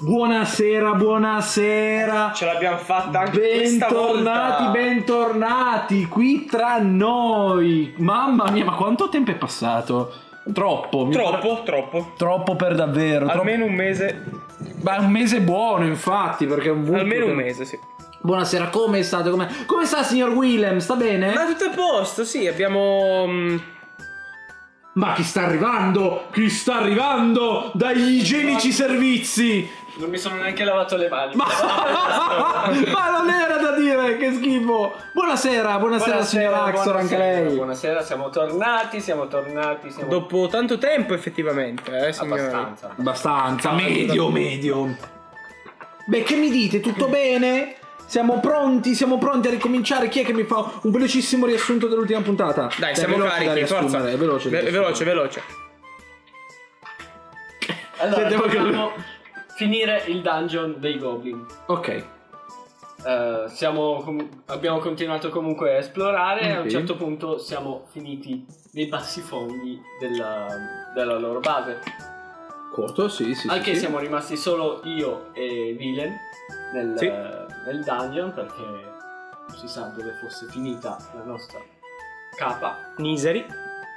Buonasera, buonasera. Ce l'abbiamo fatta anche questa volta. Bentornati qui tra noi. Mamma mia, ma quanto tempo è passato? Troppo. Troppo per davvero. Almeno un mese. Beh, un mese buono, infatti, perché è un almeno un mese, sì. Buonasera, come state? Come sta, signor Willem? Sta bene? Ma tutto a posto, sì, abbiamo... Ma chi sta arrivando? Chi sta arrivando dagli igienici servizi? Non mi sono neanche lavato le mani. Ma non era da dire, che schifo. Buonasera signor Axor, anche lei. Buonasera, siamo tornati. Dopo tanto tempo, effettivamente, signori. Abbastanza. Medio. Beh, che mi dite? Tutto bene? Siamo pronti a ricominciare. Chi è che mi fa un velocissimo riassunto dell'ultima puntata? Dai, siamo carichi, forza. Veloce. Allora, dobbiamo finire il dungeon dei goblin. Ok. Abbiamo continuato comunque a esplorare. A un certo punto siamo finiti nei bassi fondi della loro base. Corto, sì. Anche siamo rimasti solo io e Vilen nel dungeon, perché non si sa dove fosse finita la nostra capa. Miseri.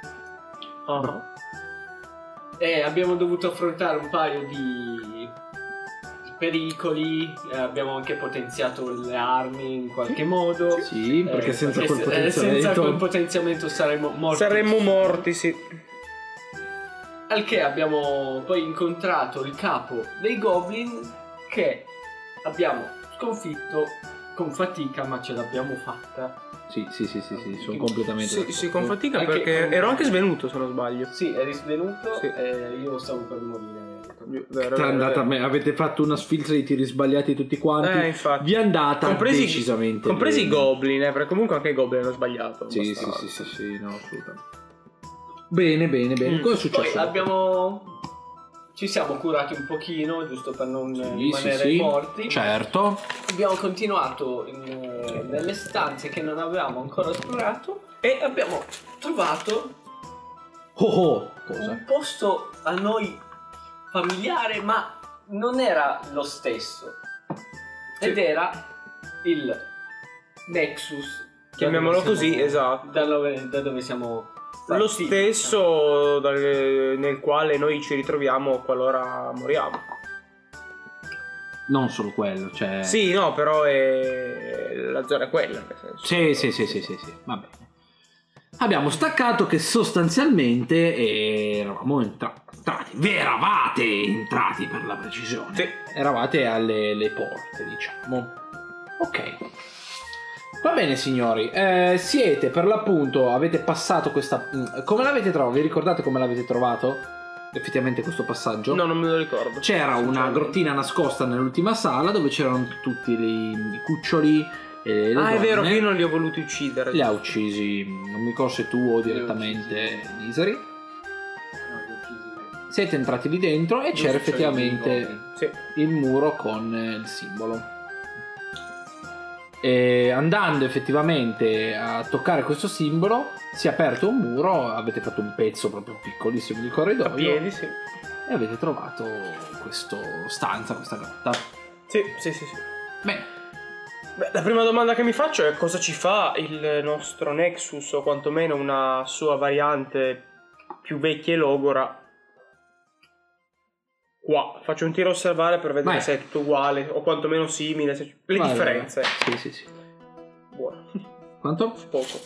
E abbiamo dovuto affrontare un paio di pericoli, abbiamo anche potenziato le armi in qualche modo. Sì, perché senza quel potenziamento saremmo morti, sì. Al che abbiamo poi incontrato il capo dei goblin, che abbiamo sconfitto con fatica, ma ce l'abbiamo fatta. Sì, sono completamente Sì, con fatica, perché ero anche svenuto, se non sbaglio. Sì, eri svenuto, sì. E io stavo per morire. Andata a me. Avete fatto una sfilza di tiri sbagliati tutti quanti. Infatti. Vi è andata decisamente compresi i goblin, perché comunque anche i goblin hanno sbagliato. Sì, no, assolutamente. Bene. Cosa è successo? Poi ci siamo curati un pochino, giusto per non rimanere morti. Certo. Abbiamo continuato nelle stanze che non avevamo ancora esplorato e abbiamo trovato cosa? un posto a noi familiare, ma non era lo stesso. Ed era il Nexus. Chiamiamolo così, esatto. Da dove siamo lo stesso nel quale noi ci ritroviamo qualora moriamo. Non solo quello, cioè... Sì, no, però la zona è quella, nel senso. Sì, va bene. Abbiamo staccato che sostanzialmente eravamo entrati. Vi eravate entrati, per la precisione. Sì. Eravate alle porte, diciamo. Ok. Va bene, signori. Siete, per l'appunto, avete passato questa... Come l'avete trovato? Vi ricordate come l'avete trovato? Effettivamente questo passaggio? No, non me lo ricordo. C'era una grottina nascosta nell'ultima sala dove c'erano tutti i cuccioli e le donne. È vero che io non li ho voluti uccidere. Li ha uccisi, non mi ricordo se tu o direttamente Miseri. Siete entrati lì dentro e c'era effettivamente il muro con il simbolo. E andando effettivamente a toccare questo simbolo si è aperto un muro, avete fatto un pezzo proprio piccolissimo di corridoio a piedi, sì. E avete trovato questa grotta. Sì. Beh, la prima domanda che mi faccio è: cosa ci fa il nostro Nexus, o quantomeno una sua variante più vecchia e logora qua? Faccio un tiro a osservare per vedere se è tutto uguale o quantomeno simile, le differenze. Sì. Buono. Quanto? Poco.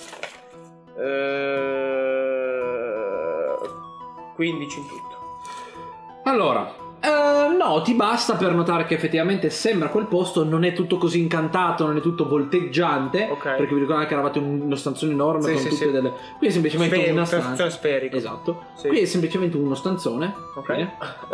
15 in tutto. Allora, no, ti basta per notare che effettivamente sembra quel posto non è tutto così incantato, non è tutto volteggiante, perché vi ricordate che eravate in uno stanzone enorme con tutte delle... Qui è semplicemente una stanza sferica. Esatto. Sì. Qui è semplicemente uno stanzone. Ok.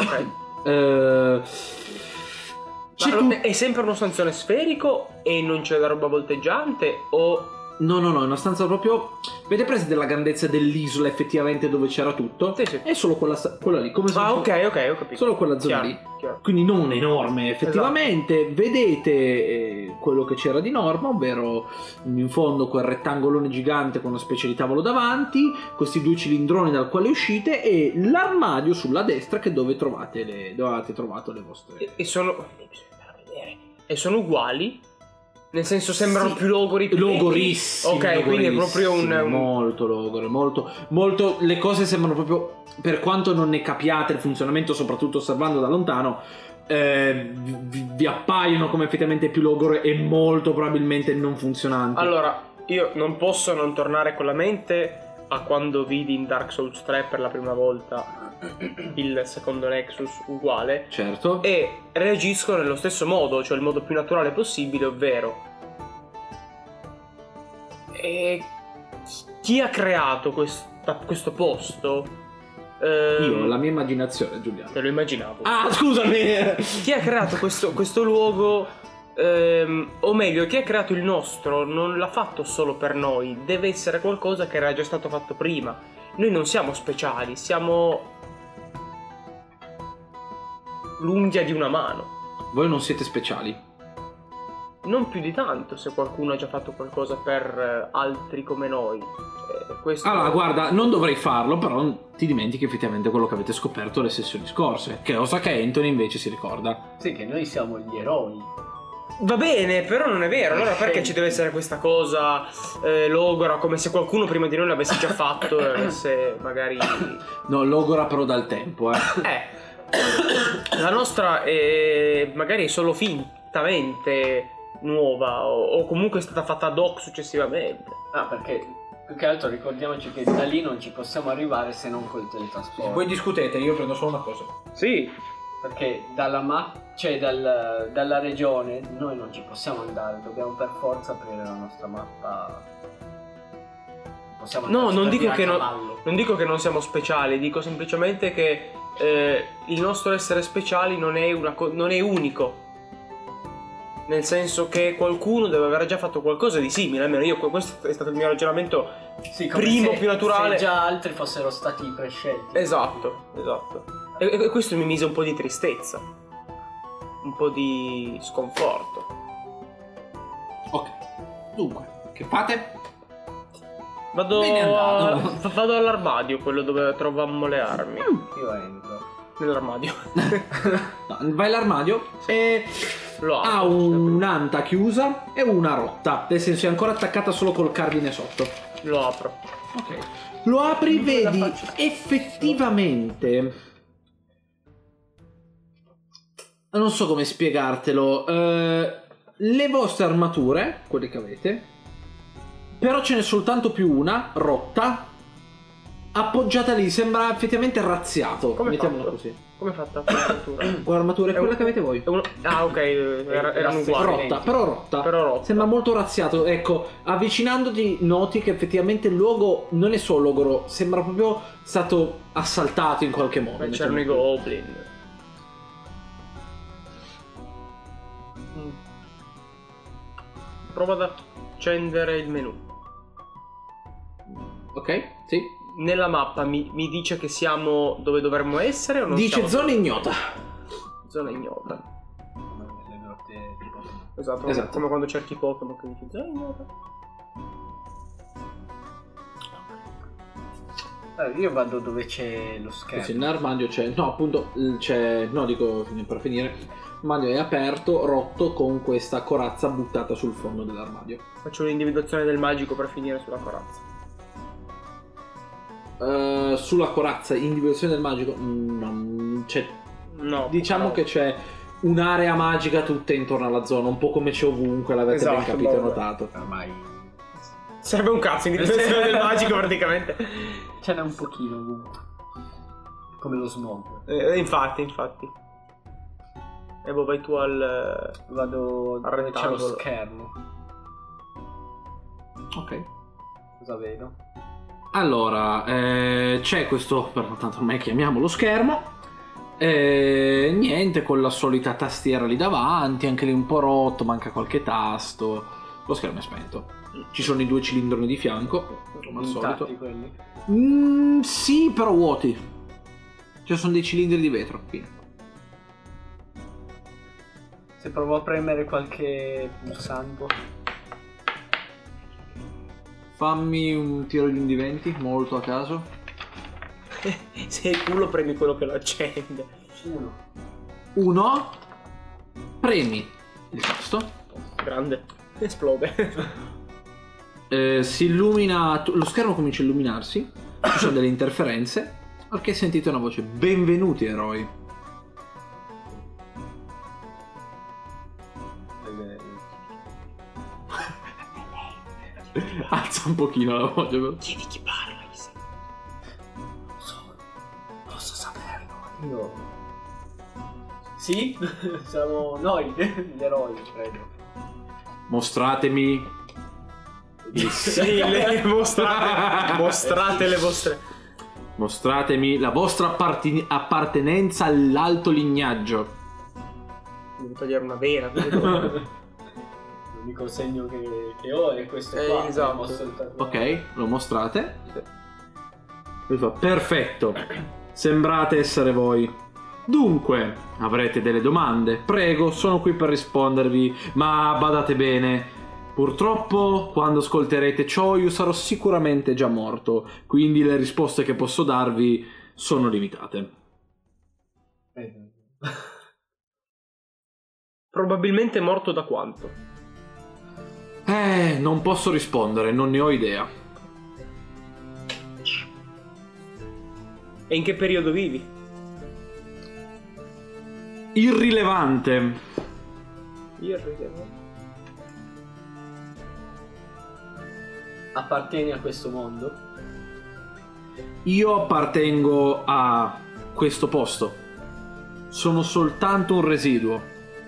È sempre uno stanzione sferico e non c'è la roba volteggiante, o... No, è una stanza proprio... Avete preso della grandezza dell'isola effettivamente dove c'era tutto? Sì. È solo quella lì. Come se ok, ho capito. Solo quella zona lì. Chiaro. Quindi non enorme effettivamente. Vedete quello che c'era di norma, ovvero in fondo quel rettangolone gigante con una specie di tavolo davanti, questi 2 cilindroni dal quale uscite e l'armadio sulla destra che dove avete trovato le vostre. E sono uguali? Nel senso sembrano più logori, più logorissimi. Ok, quindi è proprio molto logore, molto le cose sembrano proprio, per quanto non ne capiate il funzionamento, soprattutto osservando da lontano, vi appaiono come effettivamente più logore e molto probabilmente non funzionanti. Allora, io non posso non tornare con la mente a quando vidi in Dark Souls 3 per la prima volta il secondo Nexus uguale, certo, e reagisco nello stesso modo, cioè il modo più naturale possibile, ovvero chi ha creato questo posto? Io, la mia immaginazione, Giuliano. Te lo immaginavo. Ah, scusami. Chi ha creato questo luogo, o meglio, chi ha creato il nostro non l'ha fatto solo per noi, deve essere qualcosa che era già stato fatto prima. Noi non siamo speciali, siamo l'unghia di una mano. Voi non siete speciali? Non più di tanto, se qualcuno ha già fatto qualcosa per altri come noi. Questo... Allora, guarda, non dovrei farlo, però ti dimentichi effettivamente quello che avete scoperto le sessioni scorse, che cosa che Anthony invece si ricorda. Sì, che noi siamo gli eroi. Va bene, però non è vero. Allora perché ci deve essere questa cosa logora, come se qualcuno prima di noi l'avesse già fatto e avesse magari... No, logora però dal tempo, La nostra è magari solo fintamente nuova o comunque è stata fatta ad hoc successivamente. Ah, perché più che altro ricordiamoci che da lì non ci possiamo arrivare se non col teletrasporto. Voi discutete, io prendo solo una cosa. Sì. Perché dalla cioè dalla regione noi non ci possiamo andare, dobbiamo per forza aprire la nostra mappa. Possiamo no, non dico che non siamo speciali, dico semplicemente che il nostro essere speciali non è unico. Nel senso che qualcuno deve aver già fatto qualcosa di simile, almeno io, questo è stato il mio ragionamento primo, più naturale. Se già altri fossero stati prescelti. Esatto. E questo mi mise un po' di tristezza, un po' di sconforto. Ok, dunque, che fate? Vado all'armadio, quello dove trovammo le armi. Io entro nell'armadio. No, vai all'armadio e ha un'anta chiusa e una rotta, nel senso è ancora attaccata solo col cardine sotto. Lo apro. Ok, lo apri, vedi effettivamente, non so come spiegartelo, le vostre armature, quelle che avete, però ce n'è soltanto più una rotta appoggiata lì, sembra effettivamente razziato. Come mettiamola fatto? così. Come è fatta l'armatura? L'armatura è quella che avete voi. Ah, ok, erano uguali. Rotta. Sembra molto razziato. Ecco, avvicinandoti noti che effettivamente il luogo non è solo logoro, sembra proprio stato assaltato in qualche modo. C'erano i goblin. Prova ad accendere il menu. Ok, sì. Nella mappa mi dice che siamo dove dovremmo essere o non? Dice zona ignota. Zona ignota. le grotte tipo. Esatto. Come quando cerchi Pokémon che dici zona ignota. Io vado dove c'è lo schermo. Sì, nell'armadio c'è. No, appunto, c'è. No, dico per finire. L'armadio è aperto, rotto, con questa corazza buttata sul fondo dell'armadio. Faccio l'individuazione del magico per finire sulla corazza. Sulla corazza, individuazione del magico, non c'è. No. Diciamo che c'è un'area magica tutta intorno alla zona, un po' come c'è ovunque, l'avete ben capito e notato. Ormai serve un cazzo individuazione del magico praticamente. Ce n'è un pochino ovunque. Come lo smog. Infatti. E vai tu al. Vado dove c'è lo rettangolo. schermo. Ok. Cosa vedo? Allora, c'è questo, per tanto ormai chiamiamolo schermo, niente, con la solita tastiera lì davanti, anche lì un po' rotto, manca qualche tasto, lo schermo è spento. Ci sono i 2 cilindroni di fianco, come al solito. Quelli? Sì, però vuoti. Cioè sono dei cilindri di vetro, fine. Se provo a premere qualche pulsante. Fammi un tiro di indiventi, molto a caso. Se il culo premi quello che lo accende. 1. Premi il tasto. Grande. Esplode. Si illumina, lo schermo comincia a illuminarsi, ci sono delle interferenze, perché sentite una voce: benvenuti eroi. Alza un pochino la voce. Chiedi chi parla. Posso saperlo? No. Sì? Siamo noi, gli eroi, credo. Mostratemi Sì, mostrate le vostre. Mostratemi la vostra appartenenza all'alto lignaggio. Devo togliere una vena. L'unico segno che ho è questo qua. Esatto. Ok, lo mostrate. Lui fa: perfetto, sembrate essere voi. Dunque, avrete delle domande? Prego, sono qui per rispondervi, ma badate bene, purtroppo quando ascolterete ciò io sarò sicuramente già morto, quindi le risposte che posso darvi sono limitate. Probabilmente morto da quanto? Non posso rispondere, non ne ho idea. E in che periodo vivi? Irrilevante. Appartieni a questo mondo? Io appartengo a questo posto. Sono soltanto un residuo.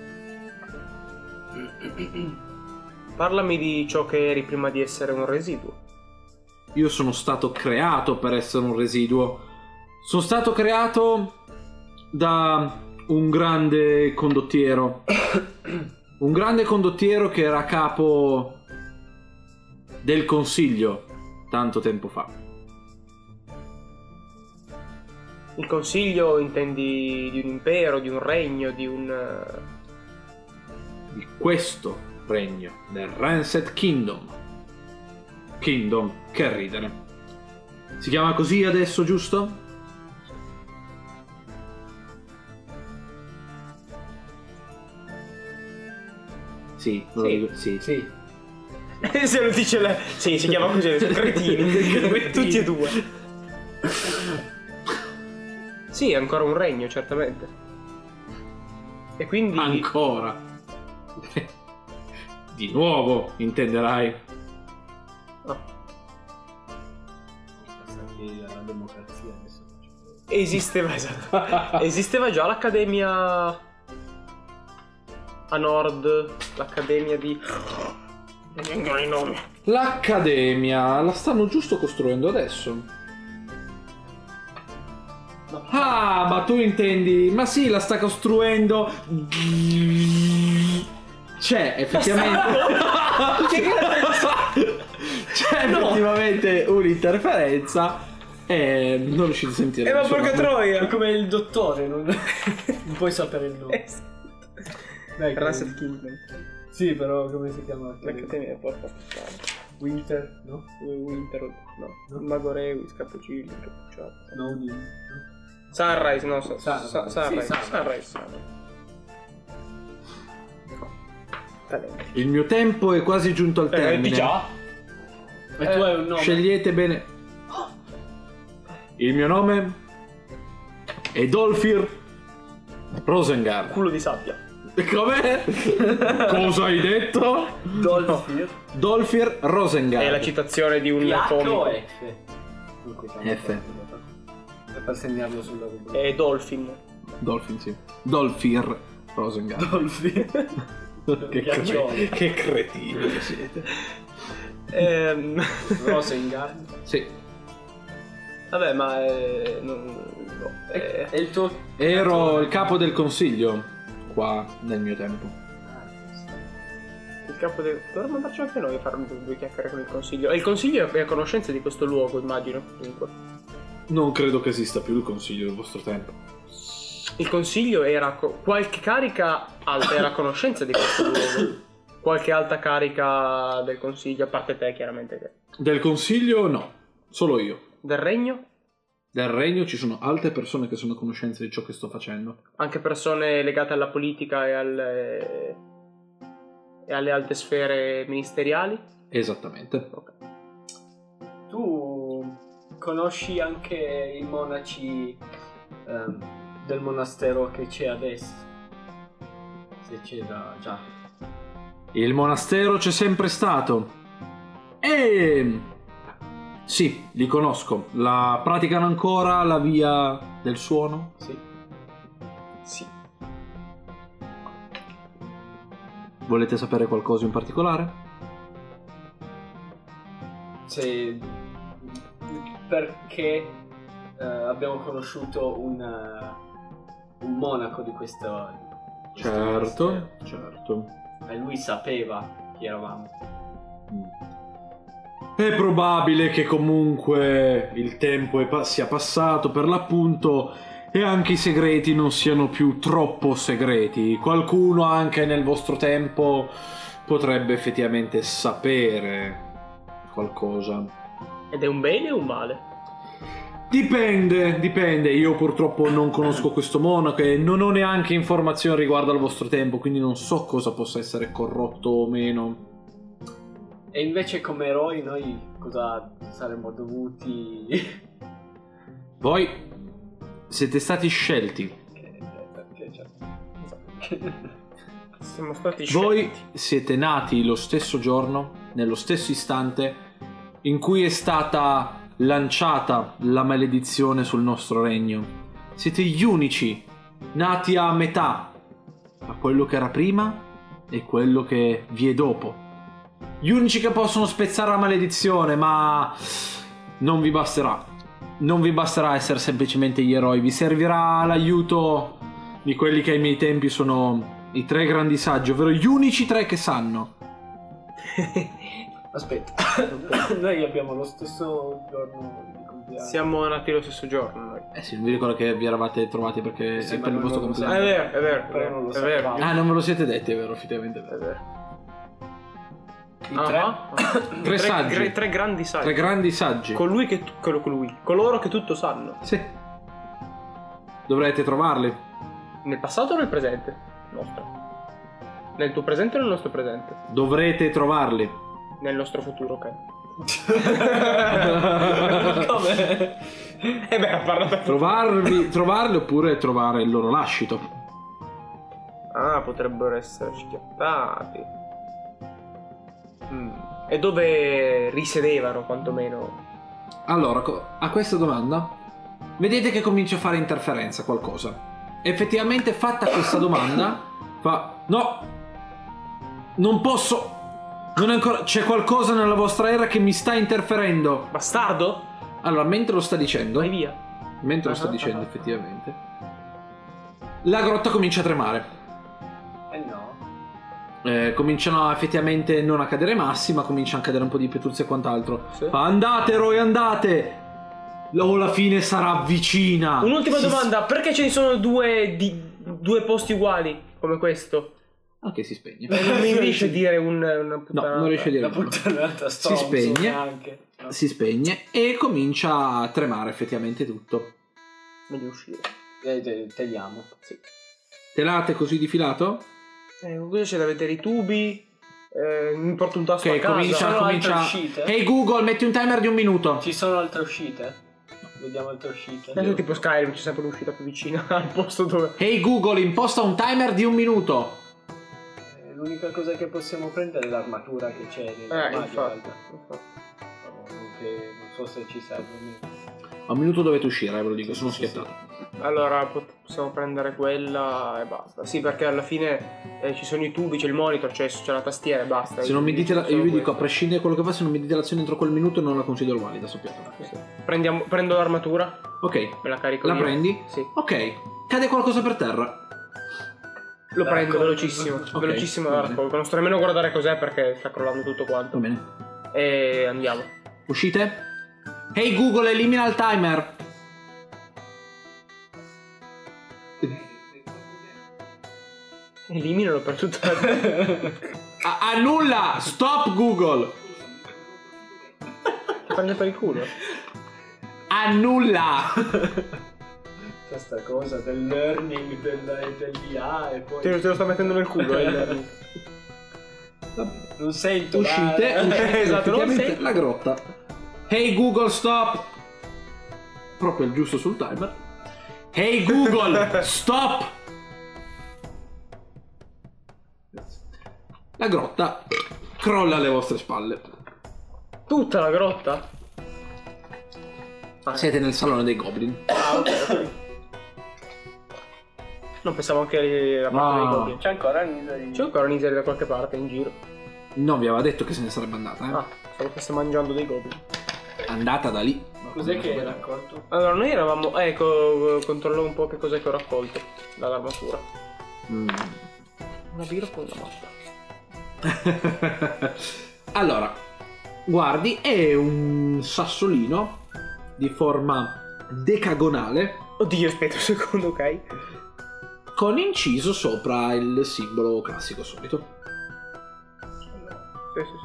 Parlami di ciò che eri prima di essere un residuo. Io sono stato creato per essere un residuo. Sono stato creato da un grande condottiero. Un grande condottiero che era capo del consiglio tanto tempo fa. Il consiglio intendi di un impero, di un regno, di questo regno, del Rancet Kingdom. Kingdom, che ridere. Si chiama così adesso, giusto? Sì, lo dico, sì. Sì. Se lo dice la... Sì, si chiama così, sono cretini. Tutti e due. Sì, è ancora un regno, certamente. E quindi... Ancora. Di nuovo, intenderai. Oh. La democrazia adesso. Esisteva già l'accademia a nord, l'accademia di... Non vengono i nomi. L'accademia la stanno giusto costruendo adesso. No. Ah, ma tu intendi? Ma sì, la sta costruendo. C'è effettivamente. C'è effettivamente un'interferenza. E non riuscite a sentire. Ma insomma, porca troia! È come il dottore, non puoi sapere il nome. Dai, Rancet Kingdom. Sì, però come si chiama? L'accademia porta puttana. Winter, no? Winter, no. Magorewi, Scappuccilli, Cappucciato. No, no. Sunrise, no, Sunrise. Sunrise. Il mio tempo è quasi giunto al termine. Già? E tu hai un nome? Scegliete bene. Il mio nome è Dolfir Rosengard. Culo di sabbia. Com'è? Cosa hai detto? Dolfir? Dolfir Rosengard. È la citazione di un H comico. o F? F. È per segnarlo sulla rubrica. È Dolphin. Dolphin, sì. Dolfir Rosengard. Dolfir. Che cretini che siete. Rosengard. Sì. Vabbè, ma È il tuo... Ero il capo del consiglio qua nel mio tempo. il capo del... Dovremmo andarci anche noi a fare due chiacchiere con il consiglio. E il consiglio è a conoscenza di questo luogo, immagino. Comunque. Non credo che esista più il consiglio del vostro tempo. Il consiglio era qualche carica alta, era a conoscenza di questo luogo. Qualche alta carica del consiglio, a parte te chiaramente. Del consiglio no, solo io. Del regno? Del regno ci sono altre persone che sono a conoscenza di ciò che sto facendo. Anche persone legate alla politica e alle alte sfere ministeriali? Esattamente. Ok. Tu conosci anche i monaci del monastero che c'è adesso? Se c'era già. Il monastero c'è sempre stato. E sì, li conosco. La praticano ancora la via del suono? Sì. Sì. Volete sapere qualcosa in particolare? Se perché abbiamo conosciuto un monaco di questo Certo, monastero. certo. E lui sapeva chi eravamo. È probabile che comunque il tempo sia passato per l'appunto e anche i segreti non siano più troppo segreti. Qualcuno anche nel vostro tempo potrebbe effettivamente sapere qualcosa. Ed è un bene o un male? Dipende. Io purtroppo non conosco questo monaco e non ho neanche informazioni riguardo al vostro tempo, quindi non so cosa possa essere corrotto o meno. E invece come eroi noi cosa saremmo dovuti... Voi siete stati scelti. Perché cioè... Siamo stati Voi scelti. siete nati lo stesso giorno, nello stesso istante in cui è stata lanciata la maledizione sul nostro regno. Siete gli unici nati a metà, a quello che era prima e quello che vi è dopo. Gli unici che possono spezzare la maledizione, ma non vi basterà. Non vi basterà essere semplicemente gli eroi, vi servirà l'aiuto di quelli che ai miei tempi sono i 3 grandi saggi, ovvero gli unici 3 che sanno. Aspetta, noi abbiamo lo stesso giorno di compleanno. Siamo nati lo stesso giorno noi. Eh sì, non vi ricordo che vi eravate trovati perché Sì, è ma per il non vostro lo compleanno. È vero, Però non lo è vero. sapevamo. Ah, non me lo siete detti, è vero, effettivamente è È vero. vero. I tre? Ah. Tre saggi. Tre grandi saggi. 3 grandi saggi. Coloro che tutto sanno. Sì. Dovrete trovarli. Nel passato o nel presente? Nostro. Nel tuo presente o nel nostro presente? Dovrete trovarli. Nel nostro futuro, ok. Come? Ha parlato. Trovarli oppure trovare il loro lascito. Ah, potrebbero essere schiattati. E dove risiedevano, quantomeno? Allora, a questa domanda vedete che comincia a fare interferenza qualcosa. Effettivamente fatta questa domanda no, non posso, non ancora, c'è qualcosa nella vostra era che mi sta interferendo. Bastardo? Allora, mentre lo sta dicendo, Vai via. mentre lo sta dicendo effettivamente, la grotta comincia a tremare. No. Cominciano effettivamente non a cadere massi, ma cominciano a cadere un po' di pietruzze e quant'altro. Sì. Fa, andate eroi, andate, la fine sarà vicina. Un'ultima domanda, perché ce ne sono due posti uguali come questo? Ok, si spegne. Non mi riesce a dire una No, puttanata. non riesce a dire La nulla. puttanata Si spegne. Anche. No. Si spegne e comincia a tremare effettivamente tutto. Meglio uscire. Tagliamo. Sì. Telate così di filato? Cosa c'è da vedere? I tubi? Mi porto un tasto Ok, a casa. Sono comincia. altre uscite? Hey Google, metti un timer di 1 minuto. Ci sono altre uscite? Vediamo altre uscite. Adesso tipo Skyrim c'è sempre l'uscita più vicina al posto dove... Hey Google, imposta un timer di 1 minuto. L'unica cosa che possiamo prendere è l'armatura che c'è nell'armadio. infatti. Non so se ci serve o meno. A 1 minuto dovete uscire, ve lo dico, sono Sì, schiattato. Allora possiamo prendere quella e basta. Sì, perché alla fine ci sono i tubi, c'è il monitor, c'è la tastiera e basta. Se non mi dite, Solo io vi dico, questo. a prescindere da quello che fa, se non mi dite l'azione entro quel minuto non la considero valida, sappiate. Sì. Prendo l'armatura, Ok, me la carico la io. prendi? Sì. Ok, cade qualcosa per terra. Lo prendo Raccolgo. velocissimo, Ok, velocissimo va la bene. raccolgo. Non sto nemmeno a guardare cos'è perché sta crollando tutto quanto. Va bene. E andiamo. Uscite? Hey Google, elimina il timer. Eliminalo per tutta la vita. Annulla! Stop Google! Ti prende per il culo. Annulla! C'è sta cosa del learning dell'IA e poi Te lo sto mettendo nel culo. il learning. non sento Uscite, Esatto, non effettivamente sei- la grotta. Hey Google, stop! Proprio il giusto sul timer. Hey Google, stop! La grotta crolla alle vostre spalle. Tutta la grotta? Siete nel salone dei goblin. Ah, ok. Non pensavo anche la parte No. dei goblin. c'è ancora Nisari. C'è ancora Nisari da qualche parte in giro. No, vi aveva detto che se ne sarebbe andata, Ah, stavo che stai mangiando dei goblin. Andata da lì. Cos'è che hai raccolto? Allora, noi eravamo... Ecco, controllo un po' che cos'è che ho raccolto dall'armatura. Mm. Una birra con una mappa. Allora, guardi, è un sassolino di forma decagonale Oddio, aspetta un secondo, ok? con inciso sopra il simbolo classico solito. Sì, sì,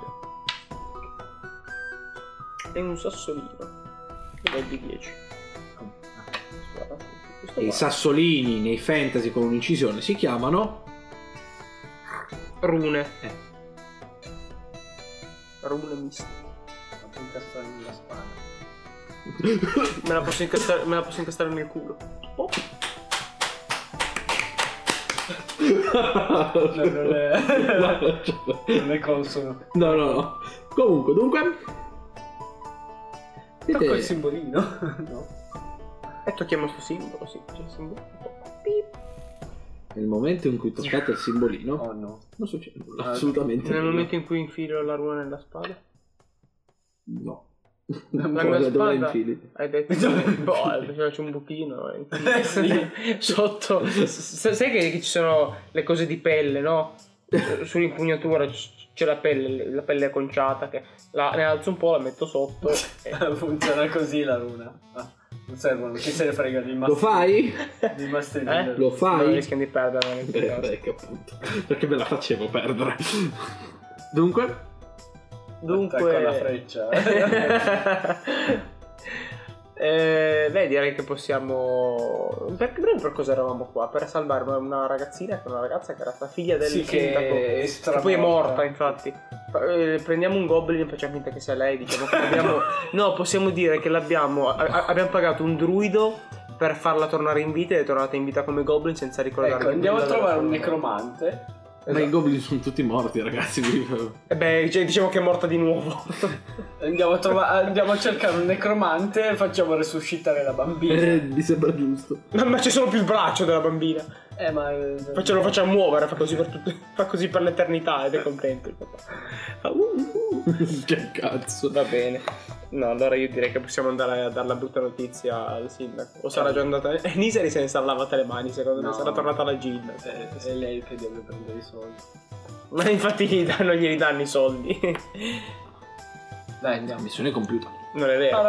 sì. È un sassolino. Dov'è il D10? Guarda, questo E i qua. sassolini nei fantasy con un'incisione si chiamano Rune. Rune miste. Fatto incastrare nella spalla. Me la posso incastare nel culo. Oh. Non è consono. No. Comunque, dunque. Tocco il simbolino. No. E tocchiamo sto simbolo, sì. C'è il simbolo. Pip. Nel momento in cui toccate il simbolino, Oh no. non succede nulla, Ah, assolutamente. Nel nulla. momento in cui infilo la runa nella spada. No. La Dove mia dove la spada. infili? Hai detto, boh, c'è un buchino. Sì. Sotto. Sai che ci sono le cose di pelle, no? Sull'impugnatura c'è la pelle acconciata che ne alzo un po', la metto sotto. Funziona così la runa. Ah, non servono, chi se ne frega di Lo fai? Di mastri Lo Non fai? rischiano di perderla nel caso. Che appunto. Perché me la facevo perdere. Dunque, Con la freccia. Beh, direi che possiamo. Per cosa eravamo qua? Per salvare una ragazzina, una ragazza che era stata figlia del Sì, sindaco. che è Che poi è morta, infatti. Prendiamo un goblin e facciamo finta che sia lei. Diciamo che abbiamo. No, possiamo dire che l'abbiamo. Abbiamo pagato un druido per farla tornare in vita ed è tornata in vita come goblin senza ricordare. Ecco, andiamo a nulla trovare della un sua- necromante. ma i goblin sono tutti morti, ragazzi. E beh, cioè, diciamo che è morta di nuovo. Andiamo a cercare un necromante e facciamo resuscitare la bambina. Mi sembra giusto. Ma c'è solo più il braccio della bambina. Ma Lo facciamo muovere, fa così per tutto, fa così per l'eternità ed è contento il papà. Fa, Che cazzo. Va bene. No, allora io direi che possiamo andare a dare la brutta notizia al sindaco. O sarà già andata. Nisari se ne sta lavata le mani, secondo me. No. Sarà tornata alla Gilda. è lei che deve prendere i soldi. Ma infatti non glieli danno i soldi. Dai, andiamo. Missione compiuta. Non è vero.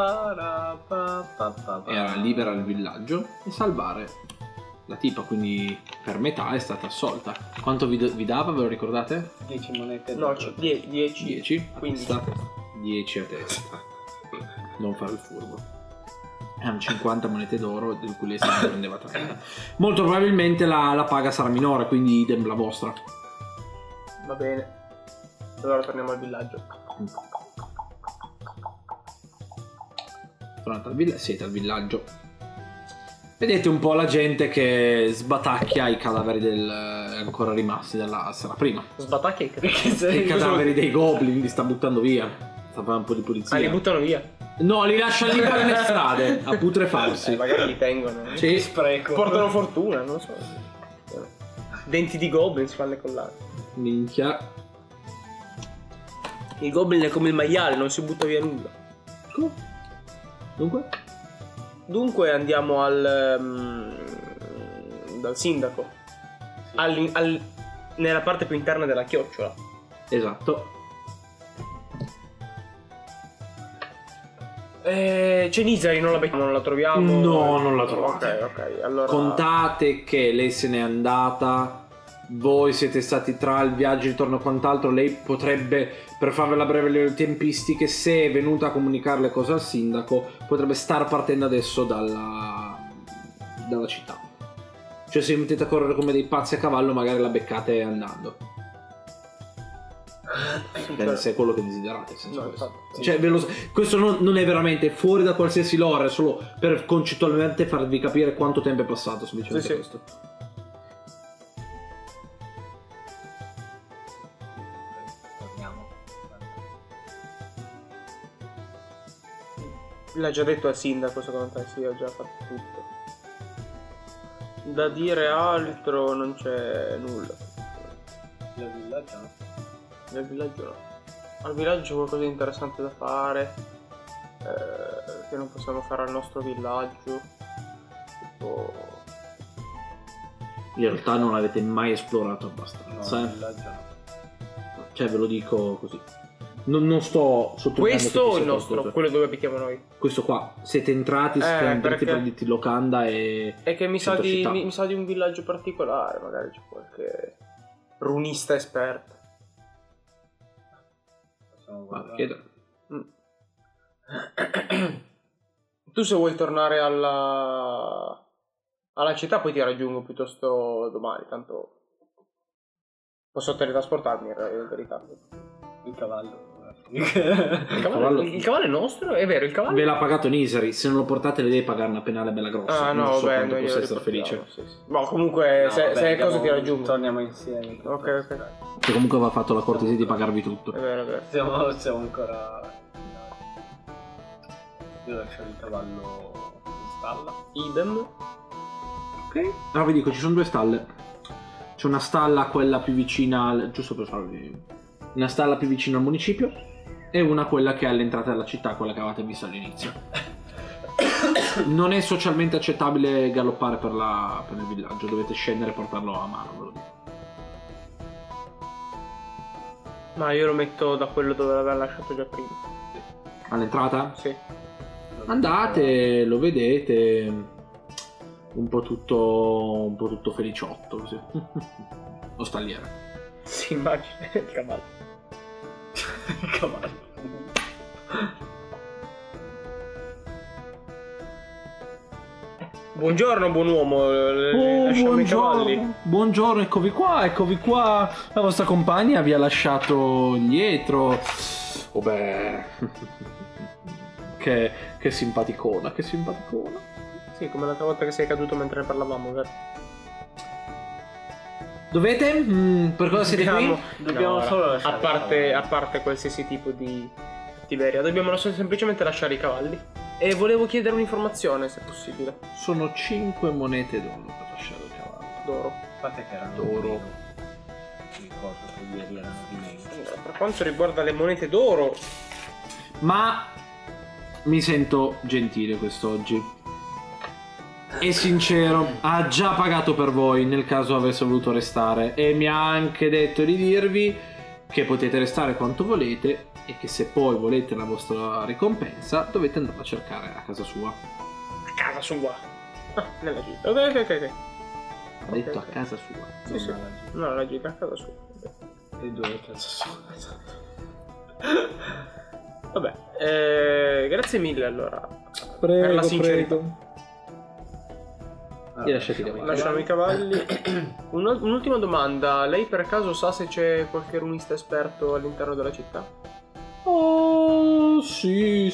Era libera il villaggio e salvare la tipa, quindi per metà è stata assolta. Quanto vi dava, ve lo ricordate? 10 monete. No, 10. 10 a 15. testa. 10 a testa. Non fare il furbo. Erano 50 monete d'oro, di cui lei se ne prendeva 30. Molto probabilmente la paga sarà minore, quindi idem la vostra. Va bene. Allora torniamo al villaggio. Siete al villaggio. Vedete un po' la gente che sbatacchia i cadaveri ancora rimasti dalla sera prima. Sbatacchia I cadaveri dei goblin li sta buttando via. Sta facendo un po' di pulizia. Ah, li buttano via. No, li lascia lì per le strade a putrefarsi. Magari li tengono. Sì. Spreco. Portano fortuna, non lo so. Denti di goblin si fanno le collate. Minchia. Il goblin è come il maiale, non si butta via nulla. Dunque? Andiamo dal sindaco. Nella parte più interna della chiocciola. Esatto. C'è Nisari, non la troviamo? No, non la trovate. Ok, allora. Contate che lei se n'è andata voi siete stati tra il viaggio e ritorno e quant'altro, lei potrebbe, per farvela breve le tempistiche, se è venuta a comunicare le cose al sindaco, potrebbe star partendo adesso dalla città. Cioè se mettete a correre come dei pazzi a cavallo magari la beccate andando. Se è quello che desiderate, senso No, questo. infatti, sì. Cioè, questo non è veramente fuori da qualsiasi lore, è solo per concettualmente farvi capire quanto tempo è passato, semplicemente Sì. questo. Torniamo. L'ha già detto al sindaco, secondo te? Sì, ho già fatto tutto. Da dire altro non c'è nulla. Il villaggio no? Nel villaggio no. Al villaggio c'è qualcosa di interessante da fare. Che non possiamo fare al nostro villaggio. Tipo. In realtà non l'avete mai esplorato No, abbastanza, il villaggio no. Cioè ve lo dico così. Non sto sottolineando Questo che o ci il sia nostro? qualcosa. Quello dove abitiamo noi. Questo qua, siete entrati, siete andati perché? per locanda e... È che mi sa, Centro di, città. mi sa di un villaggio particolare. Magari c'è qualche runista esperto. Possiamo Ma guardare. chiedere. Tu se vuoi tornare alla città poi ti raggiungo piuttosto domani, tanto posso teletrasportarmi in verità. Il cavallo. Il cavallo è nostro? È vero, il cavallo? Ve l'ha pagato Niseri, se non lo portate le devi pagare una penale bella grossa. Ah non no, so beh, quanto noi possa glielo essere felice. riportiamo, sì. Ma comunque No, se vabbè, è cosa ti andiamo- raggiungo. Torniamo insieme. Ok. Che comunque aveva fatto la cortesia di pagarvi tutto. È vero, è vero. Siamo ancora. Io lascio il cavallo in stalla. Idem. Ok. Allora vi dico, ci sono due stalle. C'è una stalla, quella più vicina giusto per farvi... Una stalla più vicina al municipio e una quella che è all'entrata della città, quella che avevate visto all'inizio. Non è socialmente accettabile galoppare per il villaggio, dovete scendere e portarlo a mano, ve lo dico. Ma io lo metto da quello dove l'aveva lasciato già prima. All'entrata? Sì. Andate, lo vedete, un po' tutto feliciotto così. Lo stalliere. Si immagina il cavallo. Il cavallo. Buongiorno, buon uomo. Lasciamo i cavalli. Buongiorno, eccovi qua. La vostra compagna vi ha lasciato indietro. Oh beh. che simpaticona. Sì, come l'altra volta che sei caduto mentre ne parlavamo, vero? Dovete? Per cosa siete qui? Dobbiamo solo lasciare a parte qualsiasi tipo di cattiveria, dobbiamo semplicemente lasciare i cavalli. E volevo chiedere un'informazione, se possibile. Sono 5 monete d'oro per lasciare il cavallo. D'oro. Fate che erano D'oro. meno. Di cosa che ieri erano di meno. Per quanto riguarda le monete d'oro, Ma mi sento gentile quest'oggi. È sincero, ha già pagato per voi nel caso avesse voluto restare e mi ha anche detto di dirvi che potete restare quanto volete e che se poi volete la vostra ricompensa dovete andare a cercare a casa sua. a casa sua. Ah, nella gita. Ok. Ha detto Ok. a casa sua. Sì, sì. No, la gita a casa sua. E due cazzo sono? Vabbè, grazie mille allora. Per la sincerità. Io lasciate i cavalli. Lasciamo i cavalli. Un'ultima domanda. Lei per caso sa se c'è qualche runista esperto all'interno della città? Oh, sì.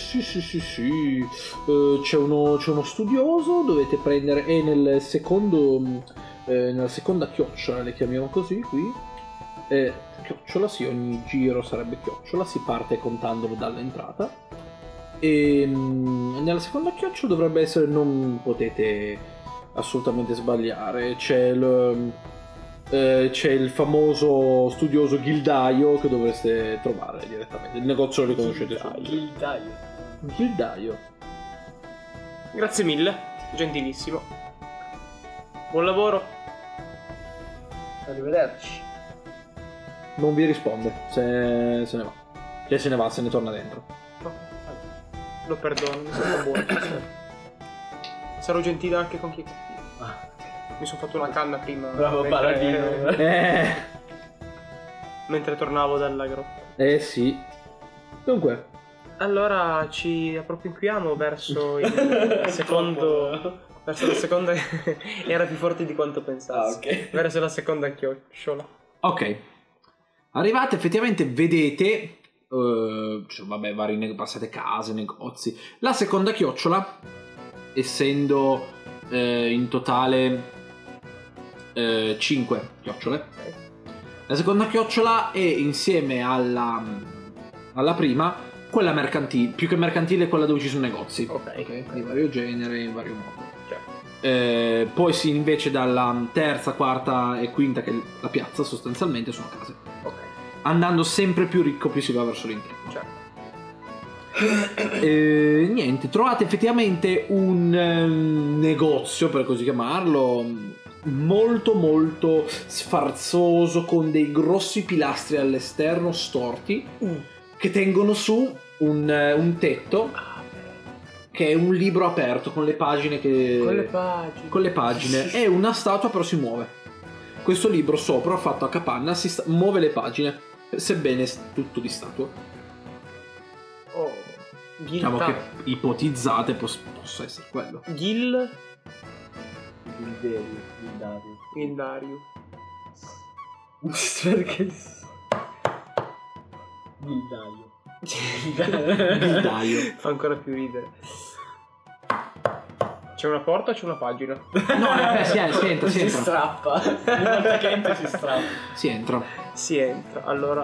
C'è uno studioso, dovete prendere. È nel secondo. Nella seconda chiocciola, le chiamiamo così qui. Chiocciola, sì, ogni giro sarebbe chiocciola, si parte contandolo dall'entrata. E nella seconda chiocciola dovrebbe essere. Non potete assolutamente sbagliare. C'è il famoso studioso Gildaio che dovreste trovare direttamente. Il negozio lo riconoscete subito. Il taglio. Gildaio. Grazie mille, gentilissimo. Buon lavoro. Arrivederci. Non vi risponde se ne va. Cioè se ne va, se ne torna dentro. No, lo perdono, mi sembra buono. Sarò gentile anche con chi è cattivo. Mi sono fatto una canna prima. Bravo paladino. Mentre tornavo dalla grotta. Sì. Dunque, Allora ci appropinquiamo verso il secondo. Verso la seconda. Era più forte di quanto pensassi. Ok. Verso la seconda chiocciola. ok. Arrivate, effettivamente vedete, vabbè, passate case, negozi. La seconda chiocciola, essendo in totale 5 chiocciole, la seconda chiocciola è insieme alla prima, quella mercantile, più che mercantile, quella dove ci sono negozi. Ok. Di vario genere, in vario modo. Cioè, Poi sì, invece dalla terza, quarta e quinta, che è la piazza, sostanzialmente sono case. ok. Andando sempre più ricco, più si va verso l'interno. Cioè, Niente, trovate effettivamente un negozio, per così chiamarlo, molto molto sfarzoso, con dei grossi pilastri all'esterno storti che tengono su un tetto che è un libro aperto con le pagine con le pagine e una statua però si muove. Questo libro sopra, fatto a capanna, muove le pagine, sebbene tutto di statua. oh. Diciamo che ipotizzate possa essere quello. Gil Il Dario. Gildario. Perché? Il Dario. Daio. Fa ancora più ridere. C'è una porta o c'è una pagina? No, si entra. Si strappa. Una volta che entra si strappa. Si entra. Si entra. Allora.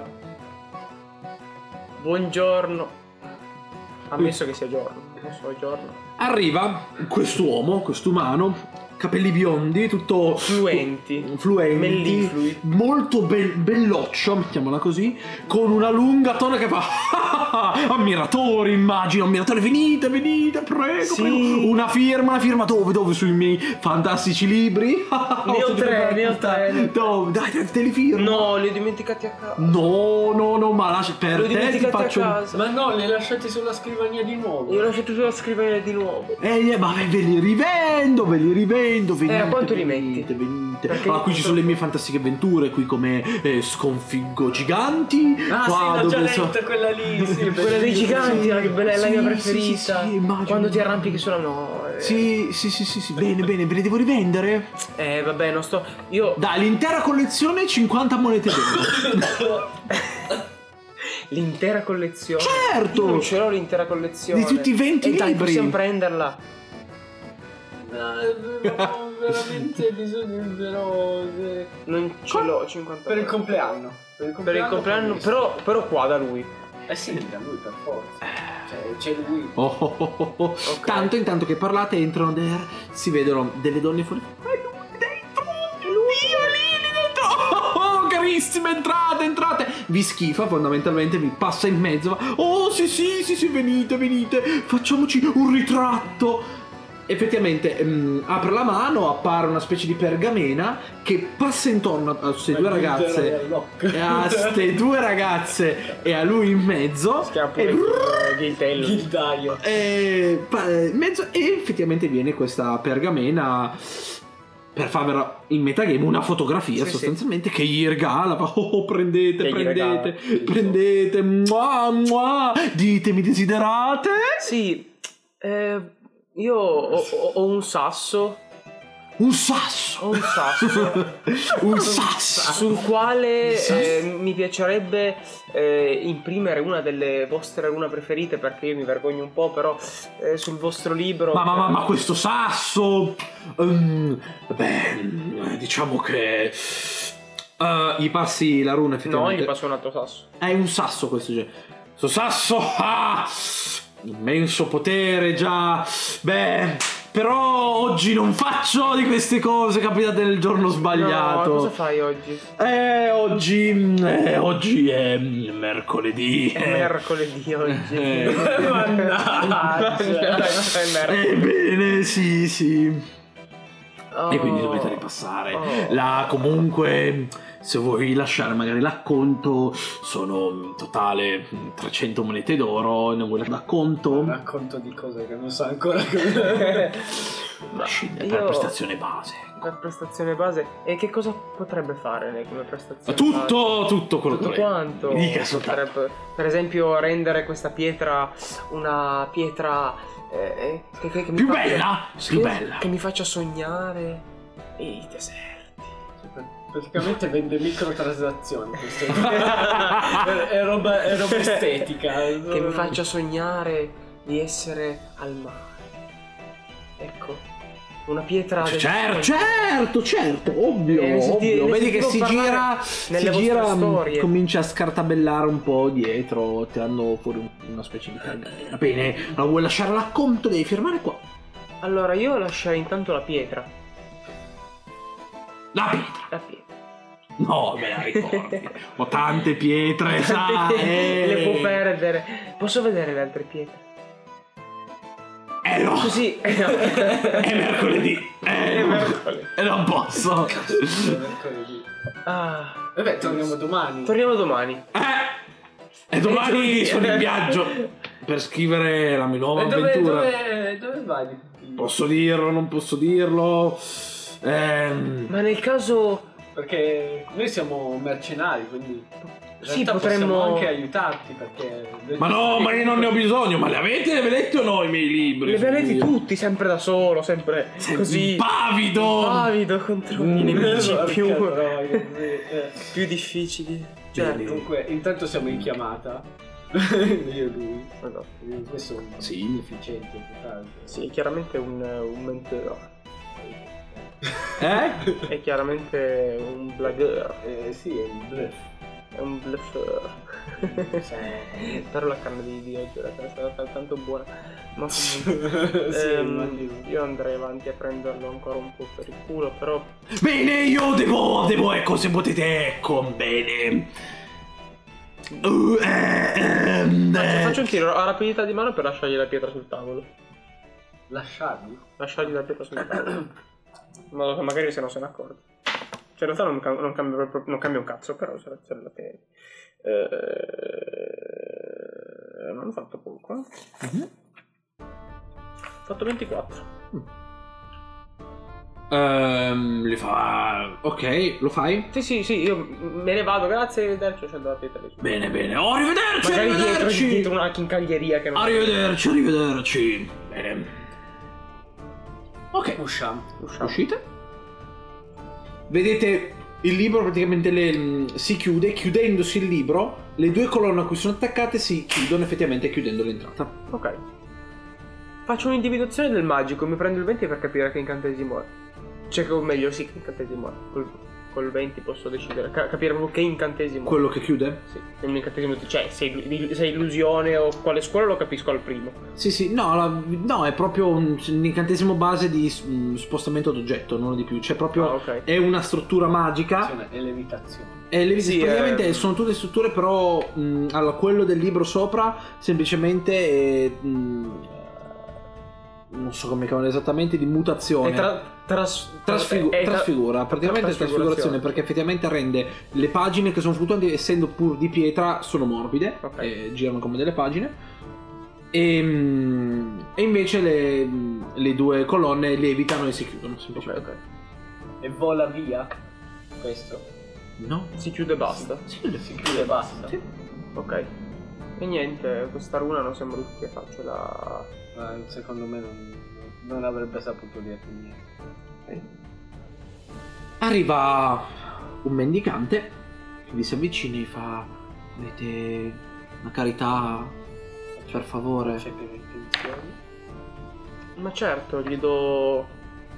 Buongiorno. Ammesso che sia giorno. Non so, è giorno. Arriva quest'uomo, quest'umano, capelli biondi, tutto Fluenti. melliflui, Melliflui. molto belloccio, mettiamola così, con una lunga tona che fa ammiratori, immagino, ammiratori, venite, prego, Sì. prego. Una firma dove? Sui miei fantastici libri? Ne ho tre. Dove? Dai, te li firmo. No, li ho dimenticati a casa. No, ma lascia per Li ho te, ti dimenticati faccio a casa. Ma no, li hai lasciati sulla scrivania di nuovo. Io ho lasciato sulla scrivania di nuovo. ma ve li rivendo, venite, a quanto li venite, metti? venite. Perché Qui ci sono le mie fantastiche avventure, qui come sconfiggo giganti. Ah, qua sì, l'ho già dove letto quella lì. Sì, Quella dei giganti, che bella, è la mia preferita. Sì, immagino. Quando ti arrampichi sulla no. Sì, bene, ve li devo rivendere. Vabbè, non sto. Io. Dai, l'intera collezione 50 monete d'oro. L'intera collezione. Certo! Io non ce l'ho l'intera collezione. Di tutti i 20 dai, libri. possiamo prenderla. No, avevo veramente bisogno, però. Non ce l'ho 50 Per il compleanno. Per il compleanno. Però qua da lui. Sì, da lui per forza. Cioè, c'è lui. Oh. Ok. Intanto che parlate, entrano si vedono delle donne fuori. È lui dentro. Oh, carissime, entrate. Vi schifa, fondamentalmente vi passa in mezzo. Oh, sì, venite. Facciamoci un ritratto. Effettivamente apre la mano, appare una specie di pergamena che passa intorno a queste due ragazze, a ste due ragazze e a lui in mezzo. Si chiama pure Giltello. Gildario. In mezzo, e effettivamente viene questa pergamena per farvela in metagame una fotografia, sì, sostanzialmente, che gli regala. Oh, prendete, Che gli prendete, mua, ditemi, desiderate? Sì. Io ho un sasso. Un sasso. Ho un sasso. Un sasso. Sul quale mi piacerebbe imprimere una delle vostre rune preferite, perché io mi vergogno un po', però sul vostro libro. Ma questo sasso. Diciamo che. Gli passi la runa, No, effettivamente. gli passo un altro sasso. È un sasso questo, cioè. Questo sasso. Immenso potere già. Però oggi non faccio di queste cose capitate nel giorno sbagliato. No, cosa fai oggi? Oggi è mercoledì. È mercoledì oggi. Mannaggia. Ebbene, sì. Oh. E quindi dovete ripassare. Oh. Là comunque se vuoi lasciare magari l'acconto, sono in totale 300 monete d'oro, ne vuoi lasciare l'acconto? Racconto di cose che non so ancora come... Scende Io- per prestazione base. Per prestazione base. E che cosa potrebbe fare lei come prestazione Tutto quello Tutto che quanto Mi dica soltanto. potrebbe, per esempio, rendere questa pietra una pietra che mi Più faccia- bella? Più bella. che mi faccia sognare i deserti. Praticamente vende microtransazioni. Questo è roba estetica. Che mi faccia sognare di essere al mare. Ecco, una pietra del Certo, ovvio. ne Vedi che sentivo si parlare nelle vostre gira, storie. comincia a scartabellare un po' dietro, tirando fuori una specie di pergamena. Va bene, ma vuoi lasciare l'acconto? Devi firmare qua. Allora io lascerei intanto la pietra. La pietra. La pietra. No, me la ricordi. Ho tante pietre, sai. Le può perdere. Posso vedere le altre pietre? No. Così. È mercoledì. mercoledì. Non posso. Ah, Vabbè, torniamo domani. torniamo domani. E domani giovedì. sono in viaggio per scrivere la mia nuova avventura. Dove vai? Posso dirlo, non posso dirlo. Ma nel caso Perché noi siamo mercenari, quindi in sì, realtà potremmo possiamo anche aiutarti perché... Ma no, ma io non ne ho bisogno. Ma le avete letti o no i miei libri? li avete tutti sempre da solo, sempre così Pavido. pavido contro i nemici Porca più troia, più difficili. Certo. Comunque, intanto siamo in chiamata. Io e lui. Madonna. Questo è un Sì. inefficiente. Sì, chiaramente un mentore. Eh? È chiaramente un blagueur. Sì, è il bluff. È un bluffeur. Però la carne di oggi era stata tanto buona. Ma comunque Sì, immagino. io andrei avanti a prenderlo ancora un po' per il culo, però Bene, io devo, ecco, se potete, ecco, bene. faccio un tiro a rapidità di mano per lasciargli la pietra sul tavolo. Lasciarli? Lasciargli la pietra sul tavolo. In modo che magari se non se ne accorge. Cioè in realtà non cambia un cazzo, però se la tieni. Non ho fatto poco, Ho fatto 24. Li fa. Ok, lo fai? Sì, io me ne vado, grazie, arrivederci, ho scelto la pietra lì. Bene. Oh, arrivederci, Magari arrivederci. dietro una chincaglieria che non... Arrivederci. Bene. Ok, Usciamo. uscite. Vedete il libro praticamente si chiude. Chiudendosi il libro, le due colonne a cui sono attaccate si chiudono effettivamente chiudendo l'entrata. Ok. Faccio un'individuazione del magico, mi prendo il 20 per capire che incantesimo è. Cioè, o meglio, sì, che incantesimo è. Col 20 posso decidere, capire proprio che incantesimo è. Quello che chiude? Sì, il mio incantesimo, cioè, se è illusione o quale scuola lo capisco al primo. Sì, no, è proprio un incantesimo base di spostamento d'oggetto, non di più. C'è proprio, ok. è una struttura magica. È levitazione. Sì, praticamente sono tutte strutture, però allora, quello del libro sopra semplicemente non so come chiamano esattamente, di mutazione. Trasfigura, praticamente è trasfigurazione, perché effettivamente rende le pagine che sono fluttuanti, essendo pur di pietra, sono morbide, Ok. girano come delle pagine. E invece le due colonne lievitano e si chiudono semplicemente. Ok. E vola via questo. No? Si chiude e basta. Si chiude. Si chiude e basta. Sì. Ok. E niente, questa runa non siamo riusciti a farcela. Ma secondo me non avrebbe saputo dirti niente. Arriva un mendicante che vi si avvicina e fa: avete una carità, per favore? C'è per intenzioni? Ma certo, gli do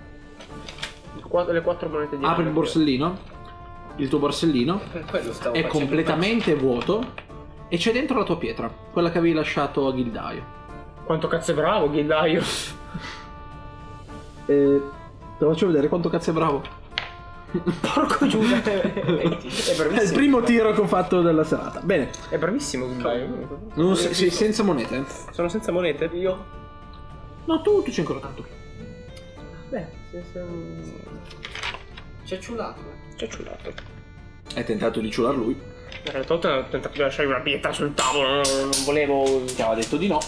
le 4 monete di Apri il borsellino. Il tuo borsellino Per quello stavo è facendo completamente vuoto e c'è dentro la tua pietra, quella che avevi lasciato a Gildaio. Quanto cazzo è bravo, Ghillaio. Te faccio vedere quanto cazzo è bravo. Porco Giuda. È È il bravissimo. primo tiro che ho fatto della serata. Bene. È bravissimo Ghillaio. Sì, senza monete. Sono senza monete? Io? No, tu ci hai ancora tanto. Beh, C'è ciulato. c'è ciulato. Hai tentato di ciular lui. In realtà ho tentato di lasciare una pietra sul tavolo, non volevo... Ti aveva detto di no.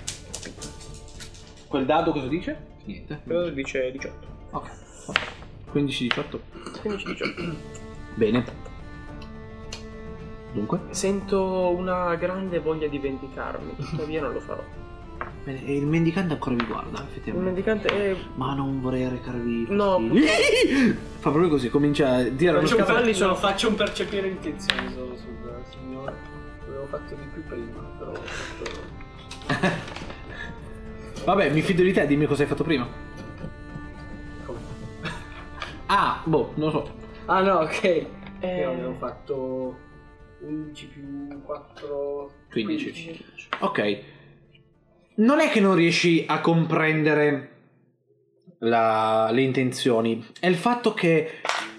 Quel dado cosa dice? Niente. Quello dice 18. Ok. 15-18. 15-18. Bene. Dunque? Sento una grande voglia di vendicarmi, tuttavia non lo farò. Bene, e il mendicante ancora vi guarda, Il effettivamente. mendicante è... Ma non vorrei recarvi. No. Fa proprio così, comincia a dire Faccio un, cavalli sono- faccio un percepire intenzioni solo sul signore. L'avevo fatto di più prima, però ho fatto... Vabbè, mi fido di te, dimmi cosa hai fatto prima. Come? Ah, boh, non lo so. Ah no, ok. Io avevo fatto 11 più 4... 15. Ok. Non è che non riesci a comprendere le intenzioni, è il fatto che